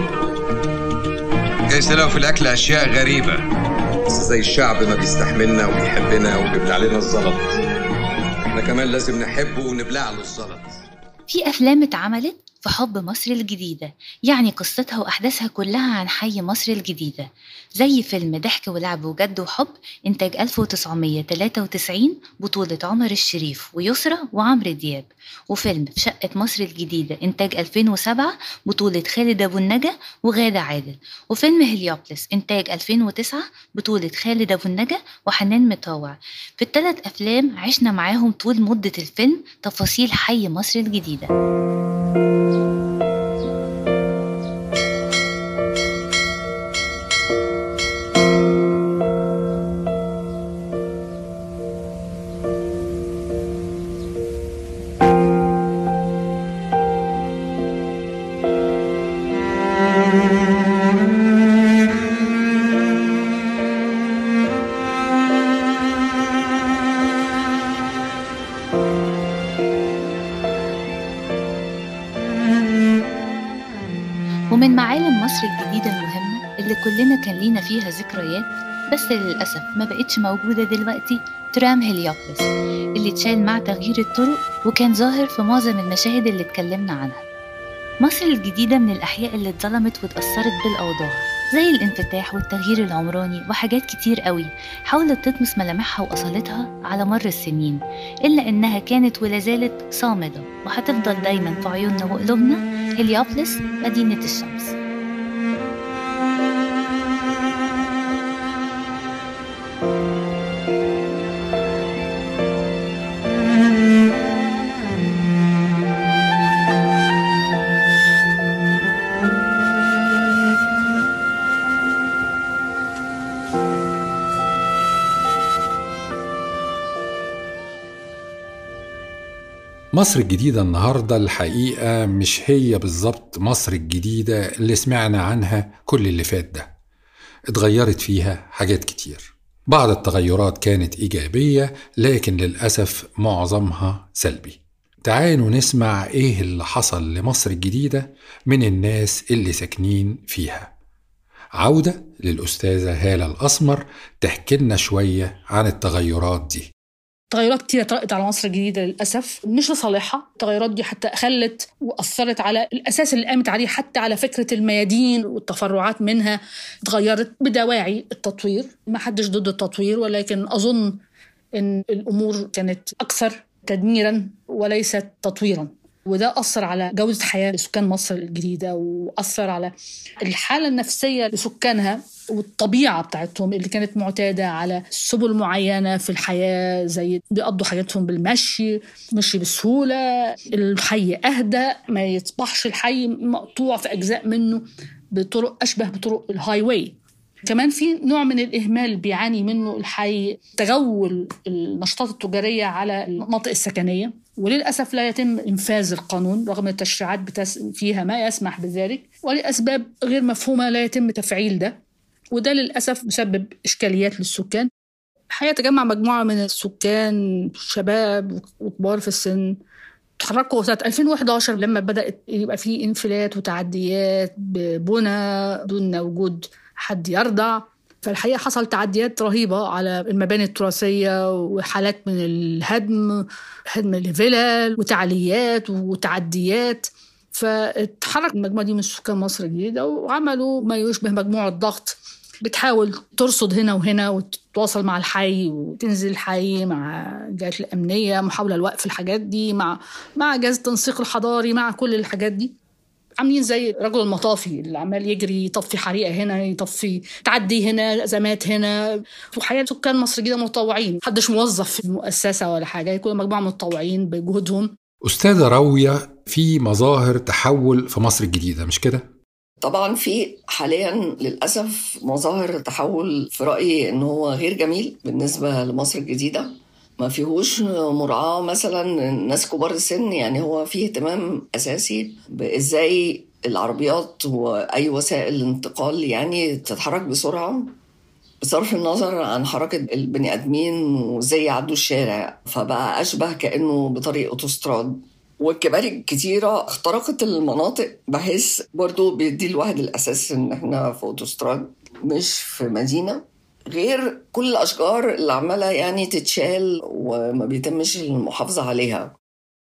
جايز تلاقوا في الاكل اشياء غريبة بس زي الشعب ما بيستحملنا وبيحبنا وبيبلع علينا الزلط، احنا كمان لازم نحبه ونبلع له الزلط. في أفلام اتعملت في حب مصر الجديدة، يعني قصتها وأحداثها كلها عن حي مصر الجديدة، زي فيلم ضحك ولعب وجد وحب إنتاج ألف وتسعمية تلاتة وتسعين بطولة عمر الشريف ويسرى وعمرو دياب، وفيلم في شقة مصر الجديدة إنتاج ألفين وسبعة بطولة خالد أبو النجا وغادة عادل، وفيلم هليوبلس إنتاج ألفين وتسعة بطولة خالد أبو النجا وحنان مطاوع. في الثلاث أفلام عشنا معاهم طول مدة الفيلم تفاصيل حي مصر الجديدة. ومن معالم مصر الجديدة المهمة اللي كلنا كان لينا فيها ذكريات بس للأسف ما بقتش موجودة دلوقتي ترام هليوبلس اللي اتشال مع تغيير الطرق وكان ظاهر في معظم المشاهد اللي اتكلمنا عنها. مصر الجديدة من الأحياء اللي اتظلمت واتأثرت بالأوضاع زي الانفتاح والتغيير العمراني وحاجات كتير قوي حاولت تطمس ملامحها وأصالتها على مر السنين، إلا إنها كانت ولا زالت صامدة وهتفضل دايما في عيوننا وقلوبنا هليوبلس مدينة الشمس. مصر الجديدة النهاردة الحقيقة مش هي بالظبط مصر الجديدة اللي سمعنا عنها كل اللي فات ده. اتغيرت فيها حاجات كتير. بعض التغيرات كانت إيجابية، لكن للأسف معظمها سلبي. تعالوا نسمع إيه اللي حصل لمصر الجديدة من الناس اللي ساكنين فيها. عودة للأستاذة هالة الأسمر تحكي لنا شوية عن التغيرات دي. تغيرات كتير طرقت على مصر الجديدة للأسف، مش لصالحها. التغيرات دي حتى خلت وأثرت على الأساس اللي قامت عليه، حتى على فكرة الميادين والتفرعات منها اتغيرت بدواعي التطوير. ما حدش ضد التطوير، ولكن أظن أن الأمور كانت أكثر تدميرا وليست تطويرا، وده أثر على جودة حياة لسكان مصر الجديدة، وأثر على الحالة النفسية لسكانها والطبيعة بتاعتهم اللي كانت معتادة على سبل معينة في الحياة، زي بيقضوا حاجاتهم بالمشي، مشي بسهولة، الحي أهدى، ما يصبحش الحي مقطوع في أجزاء منه بطرق أشبه بطرق الهاي واي. كمان في نوع من الإهمال بيعاني منه الحي، تغول النشاطات التجارية على المناطق السكنية، وللأسف لا يتم إنفاذ القانون رغم التشريعات بتس... فيها ما يسمح بذلك، ولأسباب غير مفهومة لا يتم تفعيل ده، وده للأسف مسبب إشكاليات للسكان. الحقيقة تجمع مجموعة من السكان، شباب وكبار في السن، تحركوا سنة ألفين وإحدى عشر لما بدأت يبقى فيه انفلات وتعديات ببنى دون وجود حد يرضع. فالحقيقة حصل تعديات رهيبة على المباني التراثية، وحالات من الهدم، هدم الفلل وتعليات وتعديات. فتحرك المجموعة دي من سكان مصر الجديدة وعملوا ما يشبه مجموعة ضغط، بتحاول ترصد هنا وهنا وتتواصل مع الحي وتنزل الحي مع الجهات الأمنية، محاولة لوقف الحاجات دي مع مع جهاز التنسيق الحضاري، مع كل الحاجات دي. عاملين زي رجل المطافي اللي عمال يجري يطفي حريقة هنا، يطفي تعدي هنا، أزمات هنا. وحقيقة سكان مصر الجديدة متطوعين، محدش موظف في المؤسسة ولا حاجة، يكون مجموعة متطوعين بجهودهم. أستاذة راوية، في مظاهر تحول في مصر الجديدة مش كده؟ طبعا في حاليا للأسف مظاهر تحول في رأيي إنه هو غير جميل بالنسبة لمصر الجديدة. ما فيهوش مراعاة مثلا الناس كبار السن، يعني هو فيه اهتمام أساسي بإزاي العربيات وأي وسائل الانتقال يعني تتحرك بسرعة بصرف النظر عن حركة البني آدمين وإزاي يعدوا الشارع، فبقى أشبه كأنه بطريق أوتوستراد. والكباري الكتيرة اخترقت المناطق، بحيث برضو بيدي الواحد الأساس إن احنا في أوتوستراد مش في مدينة، غير كل الأشجار اللي عمالة يعني تتشال وما بيتمش المحافظة عليها.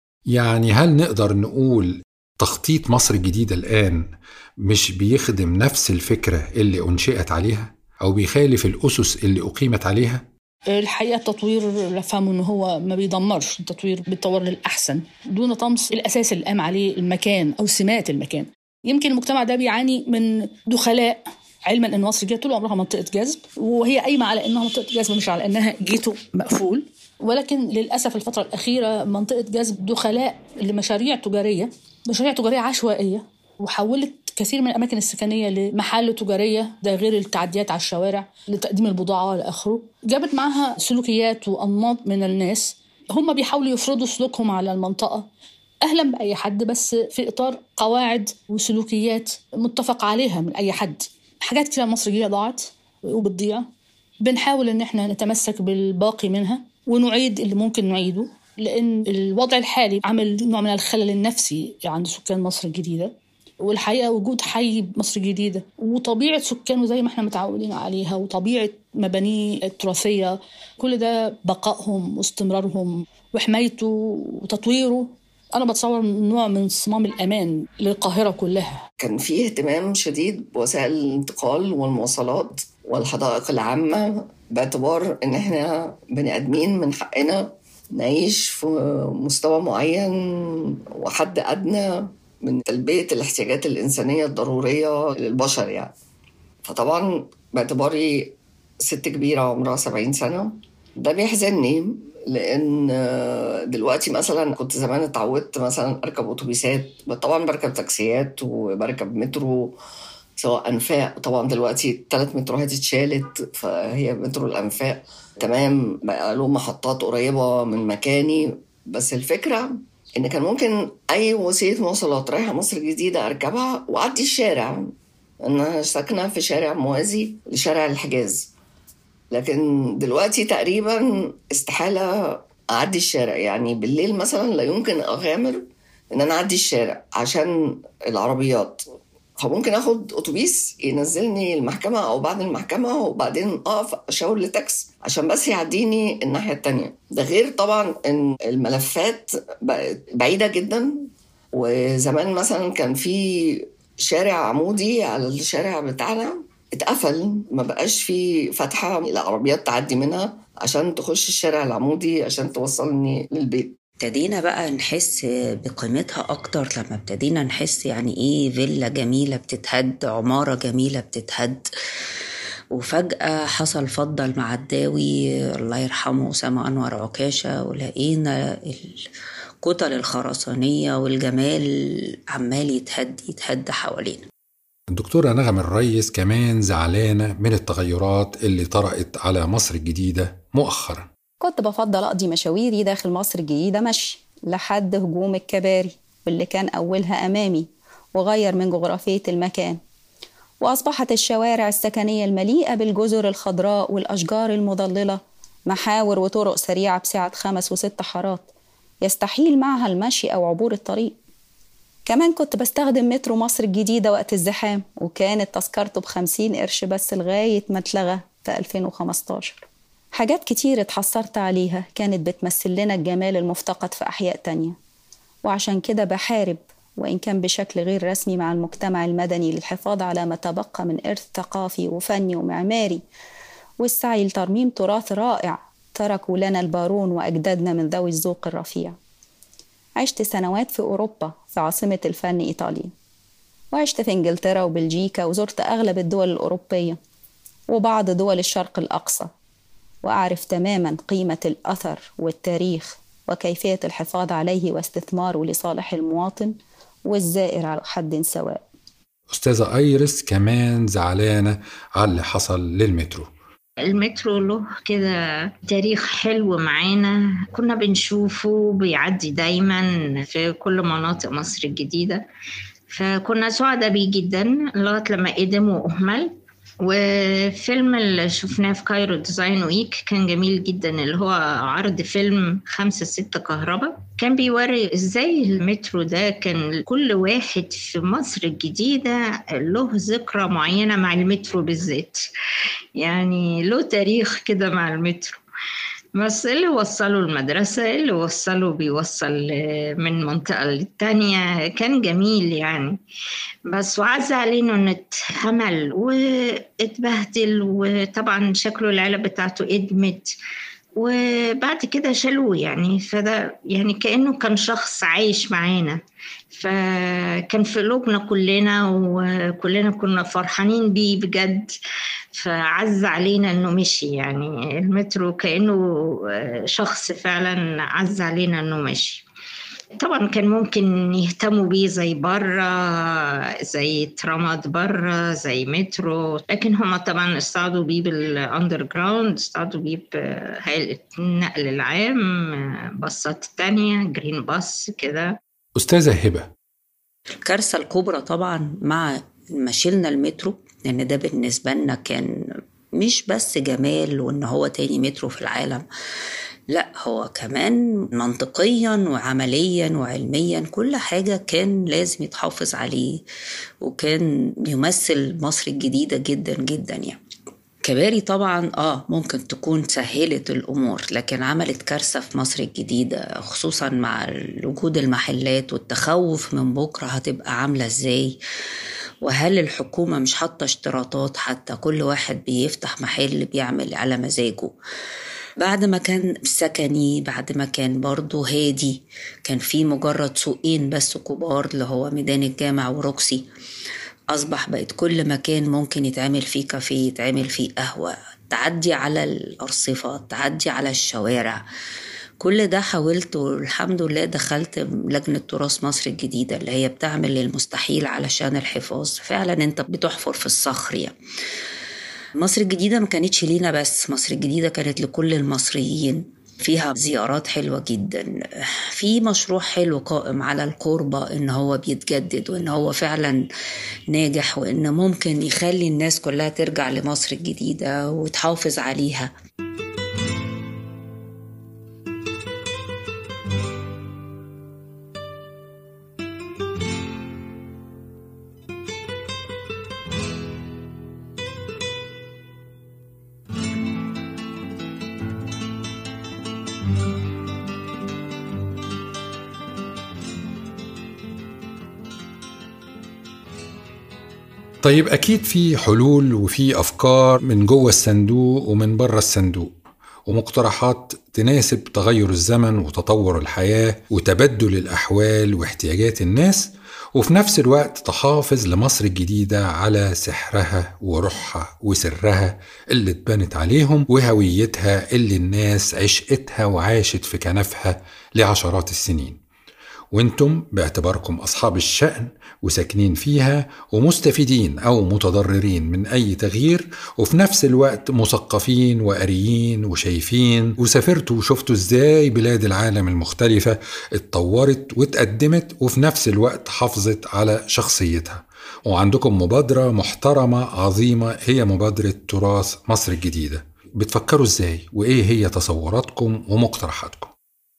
يعني هل نقدر نقول تخطيط مصر الجديدة الآن مش بيخدم نفس الفكرة اللي أنشئت عليها، أو بيخالف الأسس اللي أقيمت عليها؟ الحقيقة التطوير لفهمه إنه هو ما بيدمرش، التطوير بيتطور للأحسن دون طمس الأساس اللي قام عليه المكان أو سمات المكان. يمكن المجتمع ده بيعاني من دخلاء، علما أن مصر الجديدة طول عمرها منطقة جذب، وهي قايمة على أنها منطقة جذب مش على أنها جيتو مقفول. ولكن للأسف الفترة الأخيرة منطقة جذب دخلاء لمشاريع تجارية، مشاريع تجارية عشوائية، وحولت كثير من الأماكن السكنية لمحال تجارية، ده غير التعديات على الشوارع لتقديم البضاعة لآخره. جابت معها سلوكيات وأنماط من الناس هم بيحاولوا يفرضوا سلوكهم على المنطقة أهلا بأي حد، بس في إطار قواعد وسلوكيات متفق عليها من أي حد. حاجات كتير مصر الجديدة ضاعت وبتضيع، بنحاول إن احنا نتمسك بالباقي منها ونعيد اللي ممكن نعيده، لأن الوضع الحالي عمل نوع من الخلل النفسي عند سكان مصر الجديدة. والحقيقة وجود حي مصر الجديدة وطبيعة سكانه زي ما احنا متعودين عليها، وطبيعة مبانيه التراثية، كل ده بقائهم واستمرارهم وحمايته وتطويره، أنا بتصور نوع من صمام الأمان للقاهرة كلها. كان فيه اهتمام شديد بوسائل الانتقال والمواصلات والحدائق العامة، باعتبار إن إحنا بني آدمين من حقنا نعيش في مستوى معين وحد أدنى من تلبية الاحتياجات الإنسانية الضرورية للبشر يعني. فطبعا باعتباري ست كبيرة عمرها سبعين سنة ده بيحزنني، لأن دلوقتي مثلا كنت زمان اتعودت مثلا أركب أوتوبيسات، طبعا بركب تاكسيات وبركب مترو سواء أنفاق. طبعا دلوقتي ثلاث متروهات اتشالت، فهي مترو الأنفاق تمام بقى له محطات قريبة من مكاني. بس الفكرة إن كان ممكن أي وسيلة مواصلات رايحة مصر الجديدة أركبها وأعدي الشارع، أنا ساكنة في شارع موازي لشارع الحجاز، لكن دلوقتي تقريبا استحالة أعدي الشارع. يعني بالليل مثلا لا يمكن أغامر إن أنا أعدي الشارع عشان العربيات، فممكن أخد أتوبيس ينزلني المحكمة أو بعد المحكمة وبعدين أقف أشاور لتاكس عشان بس يعديني الناحية التانية. ده غير طبعا إن الملفات بعيدة جدا، وزمان مثلا كان في شارع عمودي على الشارع بتاعنا اتقفل، ما بقاش في فتحة العربيات تعدي منها عشان تخش الشارع العمودي عشان توصلني للبيت. ابتدينا بقى نحس بقيمتها أكتر لما ابتدينا نحس يعني إيه فيلا جميلة بتتهد، عمارة جميلة بتتهد. وفجأة حصل فضل المعداوي الله يرحمه أسامة أنور عكاشة، ولقينا الكتل الخرسانية والجمال عمال يتهد يتهد حوالينا. الدكتورة نغم الريس كمان زعلانة من التغيرات اللي طرأت على مصر الجديدة مؤخرا. كنت بفضل أقضي مشاويري داخل مصر الجديدة مشي لحد هجوم الكباري، واللي كان أولها أمامي وغير من جغرافية المكان، وأصبحت الشوارع السكنية المليئة بالجزر الخضراء والأشجار المضللة محاور وطرق سريعة بسعة خمس وست حارات يستحيل معها المشي أو عبور الطريق. كمان كنت بستخدم مترو مصر الجديدة وقت الزحام، وكانت تذكرته بخمسين قرش بس لغاية ما اتلغى في ألفين وخمستاشر. حاجات كتير اتحصرت عليها كانت بتمثل لنا الجمال المفتقد في أحياء تانية، وعشان كده بحارب وإن كان بشكل غير رسمي مع المجتمع المدني للحفاظ على ما تبقى من إرث ثقافي وفني ومعماري، والسعي لترميم تراث رائع تركوا لنا البارون وأجدادنا من ذوي الذوق الرفيع. عشت سنوات في أوروبا في عاصمة الفن إيطاليا، وعشت في إنجلترا وبلجيكا، وزرت أغلب الدول الأوروبية وبعض دول الشرق الأقصى، وأعرف تماما قيمة الأثر والتاريخ وكيفية الحفاظ عليه واستثماره لصالح المواطن والزائر على حد سواء. أستاذة أيرس كمان زعلانة على اللي حصل للمترو. المترو له كده تاريخ حلو معانا، كنا بنشوفه بيعدي دايما في كل مناطق مصر الجديدة، فكنا سعداء بيه جدا لغاية لما قدم وأهمل. وفيلم اللي شفناه في كايرو ديزاين ويك كان جميل جدا، اللي هو عرض فيلم خمسة ستة كهرباء، كان بيوري ازاي المترو ده كان كل واحد في مصر الجديدة له ذكرى معينة مع المترو بالذات، يعني له تاريخ كده مع المترو. بس اللي وصلوا المدرسة، اللي وصلوا بيوصل من منطقة للتانية، كان جميل يعني. بس وعز علينا انه اتهمل واتبهدل، وطبعا شكله العلب بتاعته ادمت، وبعد كده شالوه يعني. فده يعني كأنه كان شخص عايش معانا، فكان في قلوبنا كلنا وكلنا كنا فرحانين بيه بجد. فعز علينا انه مشي، يعني المترو كأنه شخص فعلا عز علينا انه مشي. طبعا كان ممكن يهتموا بيه زي برا، زي ترامات برا، زي مترو، لكن هم طبعا استعدوا بيه بالاندر جراوند، استعدوا بيه بهيئة النقل العام، باصات تانية جرين باص كده. أستاذة هبة، الكارثة الكبرى طبعا مع ما شلنا المترو، لأن ده بالنسبة لنا كان مش بس جمال وإن هو تاني مترو في العالم، لا هو كمان منطقيا وعمليا وعلميا كل حاجة كان لازم يتحافظ عليه، وكان يمثل مصر الجديدة جدا جدا يعني. كباري طبعا آه ممكن تكون سهلت الأمور، لكن عملت كارثة في مصر الجديدة، خصوصا مع وجود المحلات والتخوف من بكرة هتبقى عاملة ازاي، وهل الحكومة مش حاطة اشتراطات، حتى كل واحد بيفتح محل بيعمل على مزاجه. بعد ما كان سكني، بعد ما كان برضو هادي، كان في مجرد سوقين بس كبار اللي هو ميدان الجامع وروكسي، أصبح بقت كل مكان ممكن يتعمل فيه كافيه، يتعمل فيه قهوة، تعدي على الأرصفة، تعدي على الشوارع. كل ده حاولت والحمد لله دخلت لجنة تراث مصر الجديدة اللي هي بتعمل المستحيل علشان الحفاظ. فعلا انت بتحفر في الصخر يعني. مصر الجديدة ما كانتش لينا بس، مصر الجديدة كانت لكل المصريين، فيها زيارات حلوة جدا، في مشروع حلو قائم على القربة إن هو بيتجدد وإن هو فعلا ناجح وإن ممكن يخلي الناس كلها ترجع لمصر الجديدة وتحافظ عليها. طيب أكيد في حلول وفي أفكار من جوه الصندوق ومن بره الصندوق، ومقترحات تناسب تغير الزمن وتطور الحياة وتبدل الأحوال واحتياجات الناس، وفي نفس الوقت تحافظ لمصر الجديدة على سحرها وروحها وسرها اللي اتبنت عليهم وهويتها اللي الناس عشقتها وعاشت في كنفها لعشرات السنين. وانتم باعتباركم أصحاب الشأن وساكنين فيها ومستفيدين أو متضررين من أي تغيير، وفي نفس الوقت مثقفين وقاريين وشايفين وسافرتوا وشفتوا إزاي بلاد العالم المختلفة اتطورت واتقدمت وفي نفس الوقت حافظت على شخصيتها، وعندكم مبادرة محترمة عظيمة هي مبادرة تراث مصر الجديدة. بتفكروا إزاي وإيه هي تصوراتكم ومقترحاتكم؟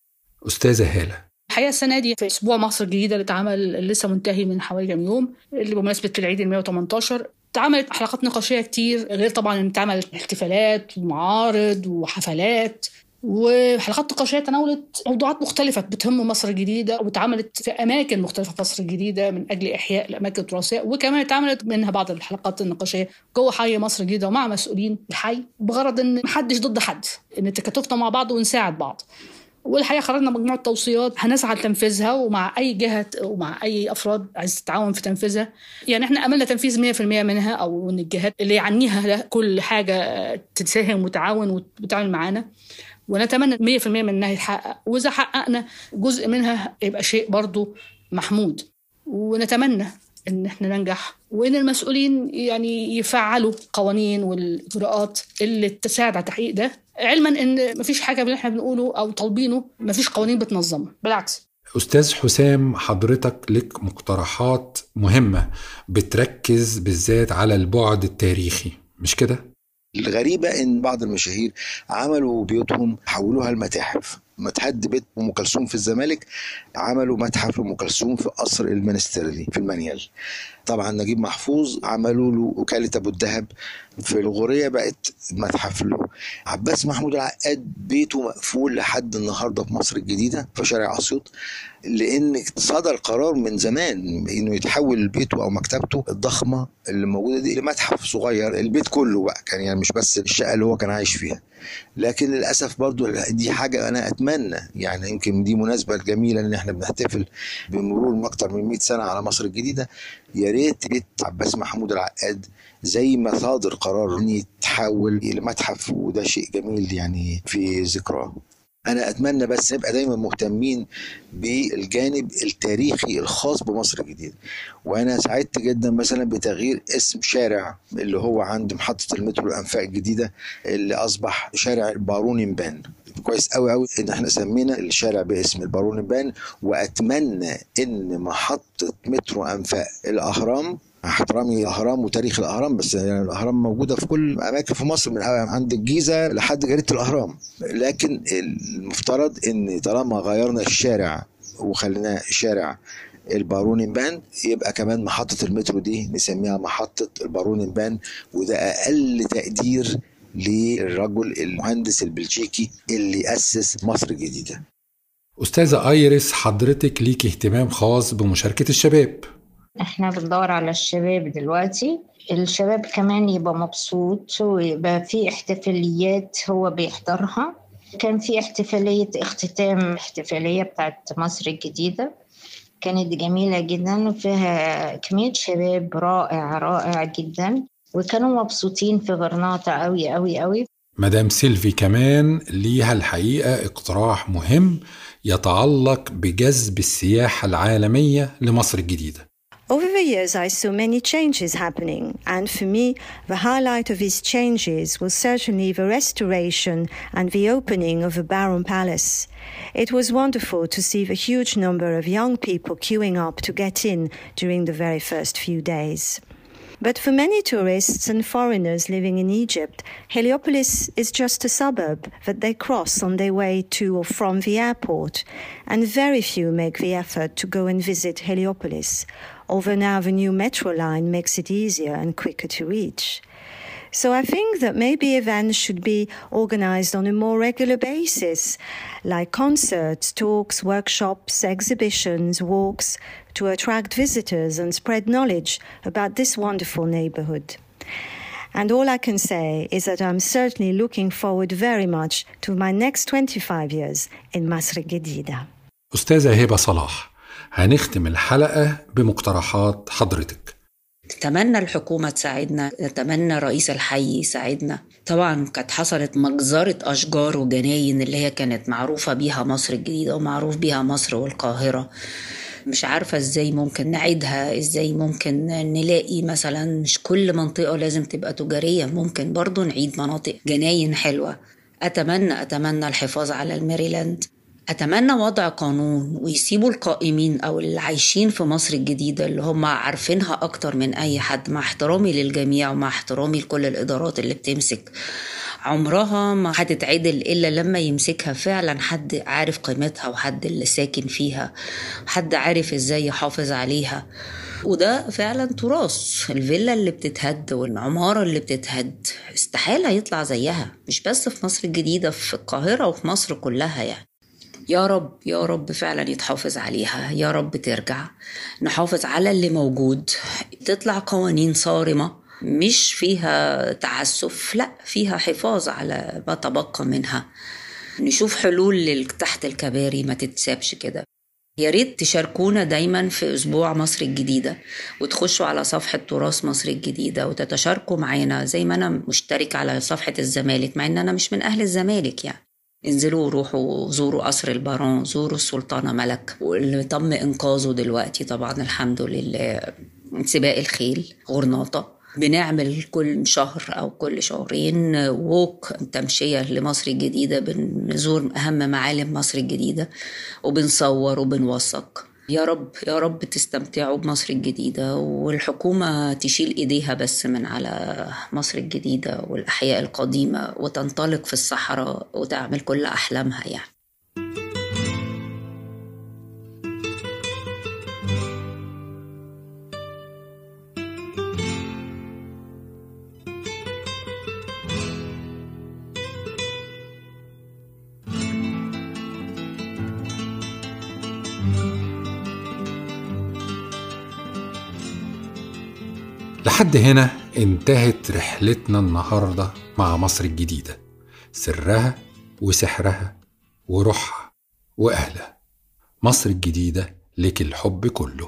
أستاذة هالة. الحقيقة السنة دي في أسبوع مصر الجديدة اللي اتعمل لسه منتهي من حوالي كام يوم اللي بمناسبة العيد المية وتمنتاشر، اتعملت حلقات نقاشية كتير، غير طبعا ان اتعملت احتفالات ومعارض وحفلات وحلقات نقاشية تناولت موضوعات مختلفة بتهم مصر الجديدة، واتعملت في أماكن مختلفة في مصر الجديدة من أجل إحياء الأماكن التراثية، وكمان اتعملت منها بعض الحلقات النقاشية جوه حي مصر الجديدة ومع مسؤولين الحي بغرض ان محدش ضد حد، ان تكاتفنا مع بعض ونساعد بعض. والحقيقة خرجنا مجموعة توصيات هنسعى لتنفيذها، ومع أي جهة ومع أي أفراد عايز تتعاون في تنفيذها. يعني احنا أملنا تنفيذ مية في المية منها، أو من الجهات اللي يعنيها كل حاجة تتساهم وتعاون وتعمل معانا، ونتمنى مية في المية منها يتحقق، وإذا حققنا جزء منها يبقى شيء برضو محمود. ونتمنى إن احنا ننجح، وإن المسؤولين يعني يفعلوا قوانين والإجراءات اللي تساعد على تحقيق ده، علما إن مفيش حاجة اللي احنا بنقوله أو طالبينه مفيش قوانين بتنظمه، بالعكس. أستاذ حسام، حضرتك لك مقترحات مهمة بتركز بالذات على البعد التاريخي، مش كده؟ الغريبة إن بعض المشاهير عملوا بيوتهم حولوها لمتاحف. متحد بيت أم كلثوم في الزمالك عملوا متحف لأم كلثوم في قصر المنسترلي في المنيل. طبعا نجيب محفوظ عملوا له وكالة أبو الدهب في الغورية بقت متحف له. عباس محمود العقاد بيته مقفول لحد النهاردة في مصر الجديدة في شارع أسيوط، لأن صدر قرار من زمان إنه يتحول بيته أو مكتبته الضخمة اللي موجودة دي لمتحف صغير. البيت كله بقى كان يعني مش بس الشقة اللي هو كان عايش فيها. لكن للأسف برضو دي حاجة أنا أتمنى، يعني يمكن دي مناسبة جميلة إن احنا بنحتفل بمرور أكتر من مئة سنة على مصر الجديدة. يا ريت بيت عباس محمود العقاد زي ما صادر قرار إن يتحول لمتحف، وده شيء جميل يعني في ذكراه. أنا أتمنى بس نبقى دايما مهتمين بالجانب التاريخي الخاص بمصر الجديدة. وأنا سعدت جدا مثلا بتغيير اسم شارع اللي هو عند محطة المترو الأنفاق الجديدة اللي أصبح شارع البارون مبان. كويس قوي قوي إن احنا سمينا الشارع باسم البارون مبان. وأتمنى إن محطة مترو أنفاق الأهرام، احترامي الاهرام وتاريخ الاهرام، بس يعني الاهرام موجوده في كل اماكن في مصر من عند الجيزه لحد جريده الاهرام، لكن المفترض ان طالما غيرنا الشارع وخليناه شارع البارون مبان يبقى كمان محطه المترو دي نسميها محطه البارون مبان. وده اقل تقدير للرجل المهندس البلجيكي اللي اسس مصر الجديده. استاذه ايريس، حضرتك ليكي اهتمام خاص بمشاركه الشباب. احنا بندور على الشباب دلوقتي، الشباب كمان يبقى مبسوط ويبقى في احتفاليات هو بيحضرها. كان في احتفالية اختتام احتفالية بتاعت مصر الجديدة كانت جميلة جدا وفيها كمية شباب رائع رائع جدا، وكانوا مبسوطين في غرناطة قوي قوي قوي. مدام سيلفي كمان ليها الحقيقة اقتراح مهم يتعلق بجذب السياحة العالمية لمصر الجديدة. Over the years, I saw many changes happening, and for me, the highlight of these changes was certainly the restoration and the opening of the Baron Palace. It was wonderful to see the huge number of young people queuing up to get in during the very first few days. But for many tourists and foreigners living in Egypt, Heliopolis is just a suburb that they cross on their way to or from the airport, and very few make the effort to go and visit Heliopolis, although now the new metro line makes it easier and quicker to reach. So I think that maybe events should be organized on a more regular basis, like concerts, talks, workshops, exhibitions, walks, to attract visitors and spread knowledge about this wonderful neighborhood. And all I can say is that I'm certainly looking forward very much to my next twenty-five years in مصر الجديدة. أستاذة هبة صلاح، هنختم الحلقة بمقترحات حضرتك. نتمنى الحكومة تساعدنا، نتمنى رئيس الحي يساعدنا. طبعا كانت حصلت مجزرة أشجار وجناين اللي هي كانت معروفة بيها مصر الجديدة ومعروف بيها مصر والقاهرة. مش عارفة ازاي ممكن نعيدها، ازاي ممكن نلاقي مثلا مش كل منطقة لازم تبقى تجارية، ممكن برضو نعيد مناطق جناين حلوة. أتمنى أتمنى الحفاظ على الميريلاند. أتمنى وضع قانون ويسيبوا القائمين أو اللي عايشين في مصر الجديدة اللي هم عارفينها أكتر من أي حد، مع احترامي للجميع ومع احترامي لكل الإدارات اللي بتمسك، عمرها ما هتتعدل إلا لما يمسكها فعلا حد عارف قيمتها وحد اللي ساكن فيها، حد عارف إزاي يحافظ عليها. وده فعلا تراث. الفيلا اللي بتتهد والعمارة اللي بتتهد استحالة يطلع زيها، مش بس في مصر الجديدة، في القاهرة وفي مصر كلها. يعني يا رب يا رب فعلا يتحافظ عليها، يا رب ترجع، نحافظ على اللي موجود، تطلع قوانين صارمة مش فيها تعسف، لا فيها حفاظ على ما تبقى منها. نشوف حلول تحت الكباري ما تتسابش كده. يا ريت تشاركونا دايما في أسبوع مصر الجديدة، وتخشوا على صفحة تراث مصر الجديدة وتتشاركوا معنا زي ما أنا مشترك على صفحة الزمالك، مع أن أنا مش من أهل الزمالك. يعني انزلوا وروحوا زوروا قصر البارون، زوروا السلطانة ملك واللي تم إنقاذه دلوقتي طبعا الحمد لله، سباق الخيل غرناطة. بنعمل كل شهر أو كل شهرين ووك تمشية لمصر الجديدة، بنزور أهم معالم مصر الجديدة وبنصور وبنوثق. يا رب يا رب تستمتعوا بمصر الجديدة، والحكومة تشيل إيديها بس من على مصر الجديدة والأحياء القديمة وتنطلق في الصحراء وتعمل كل أحلامها. يعني لحد هنا انتهت رحلتنا النهاردة مع مصر الجديدة، سرها وسحرها وروحها وأهلها. مصر الجديدة لك الحب كله.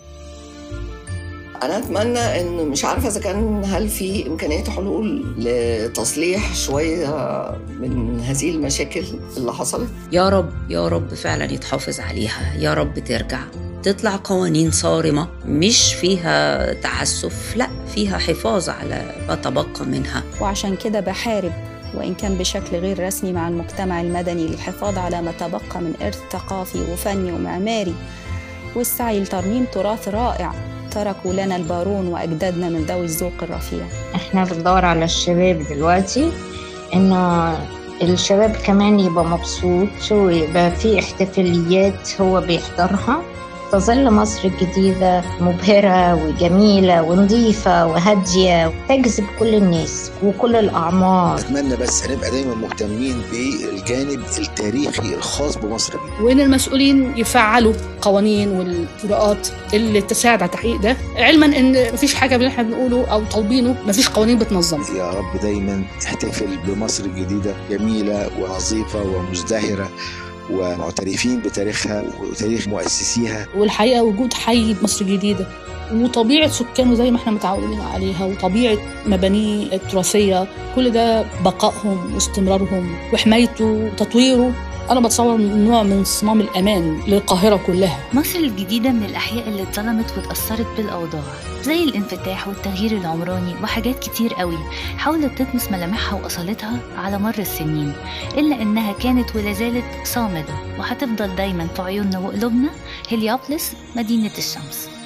أنا أتمنى إن مش عارفة إذا كان هل في إمكانية حلول لتصليح شوية من هذه المشاكل اللي حصلت. يا رب يا رب فعلا يتحافظ عليها، يا رب ترجع، تطلع قوانين صارمة مش فيها تعسف، لا فيها حفاظ على ما تبقى منها. وعشان كده بحارب وإن كان بشكل غير رسمي مع المجتمع المدني للحفاظ على ما تبقى من إرث ثقافي وفني ومعماري، والسعي لترميم تراث رائع تركوا لنا البارون وأجدادنا من ذوي الذوق الرفيع. احنا بندور على الشباب دلوقتي، إنه الشباب كمان يبقى مبسوط ويبقى في احتفاليات هو بيحضرها، تظل مصر الجديدة مبهرة وجميلة ونظيفة وهادية وتجذب كل الناس وكل الأعمار. أتمنى بس نبقى دايما مهتمين بالجانب التاريخي الخاص بمصر الجديدة، وإن المسؤولين يفعلوا قوانين والإجراءات اللي تساعد على تحقيق ده، علما إن مفيش حاجة اللي احنا بنقوله أو طالبينه مفيش قوانين بتنظمه. يا رب دايما نحتفل بمصر الجديدة جميلة ونظيفة ومزدهرة ومعترفين بتاريخها وتاريخ مؤسسيها. والحقيقة وجود حي مصر الجديدة وطبيعة سكانه زي ما احنا متعودين عليها وطبيعة مبانيه التراثية، كل ده بقائهم واستمرارهم وحمايته وتطويره أنا بتصور نوع من صمام الأمان للقاهرة كلها. مصر الجديدة من الأحياء اللي اتظلمت واتأثرت بالأوضاع، زي الانفتاح والتغيير العمراني وحاجات كتير قوي حاولت تطمس ملامحها وأصالتها على مر السنين، إلا إنها كانت ولا زالت صامدة وهتفضل دايما في عيوننا وقلوبنا. هليوبلس، مدينة الشمس.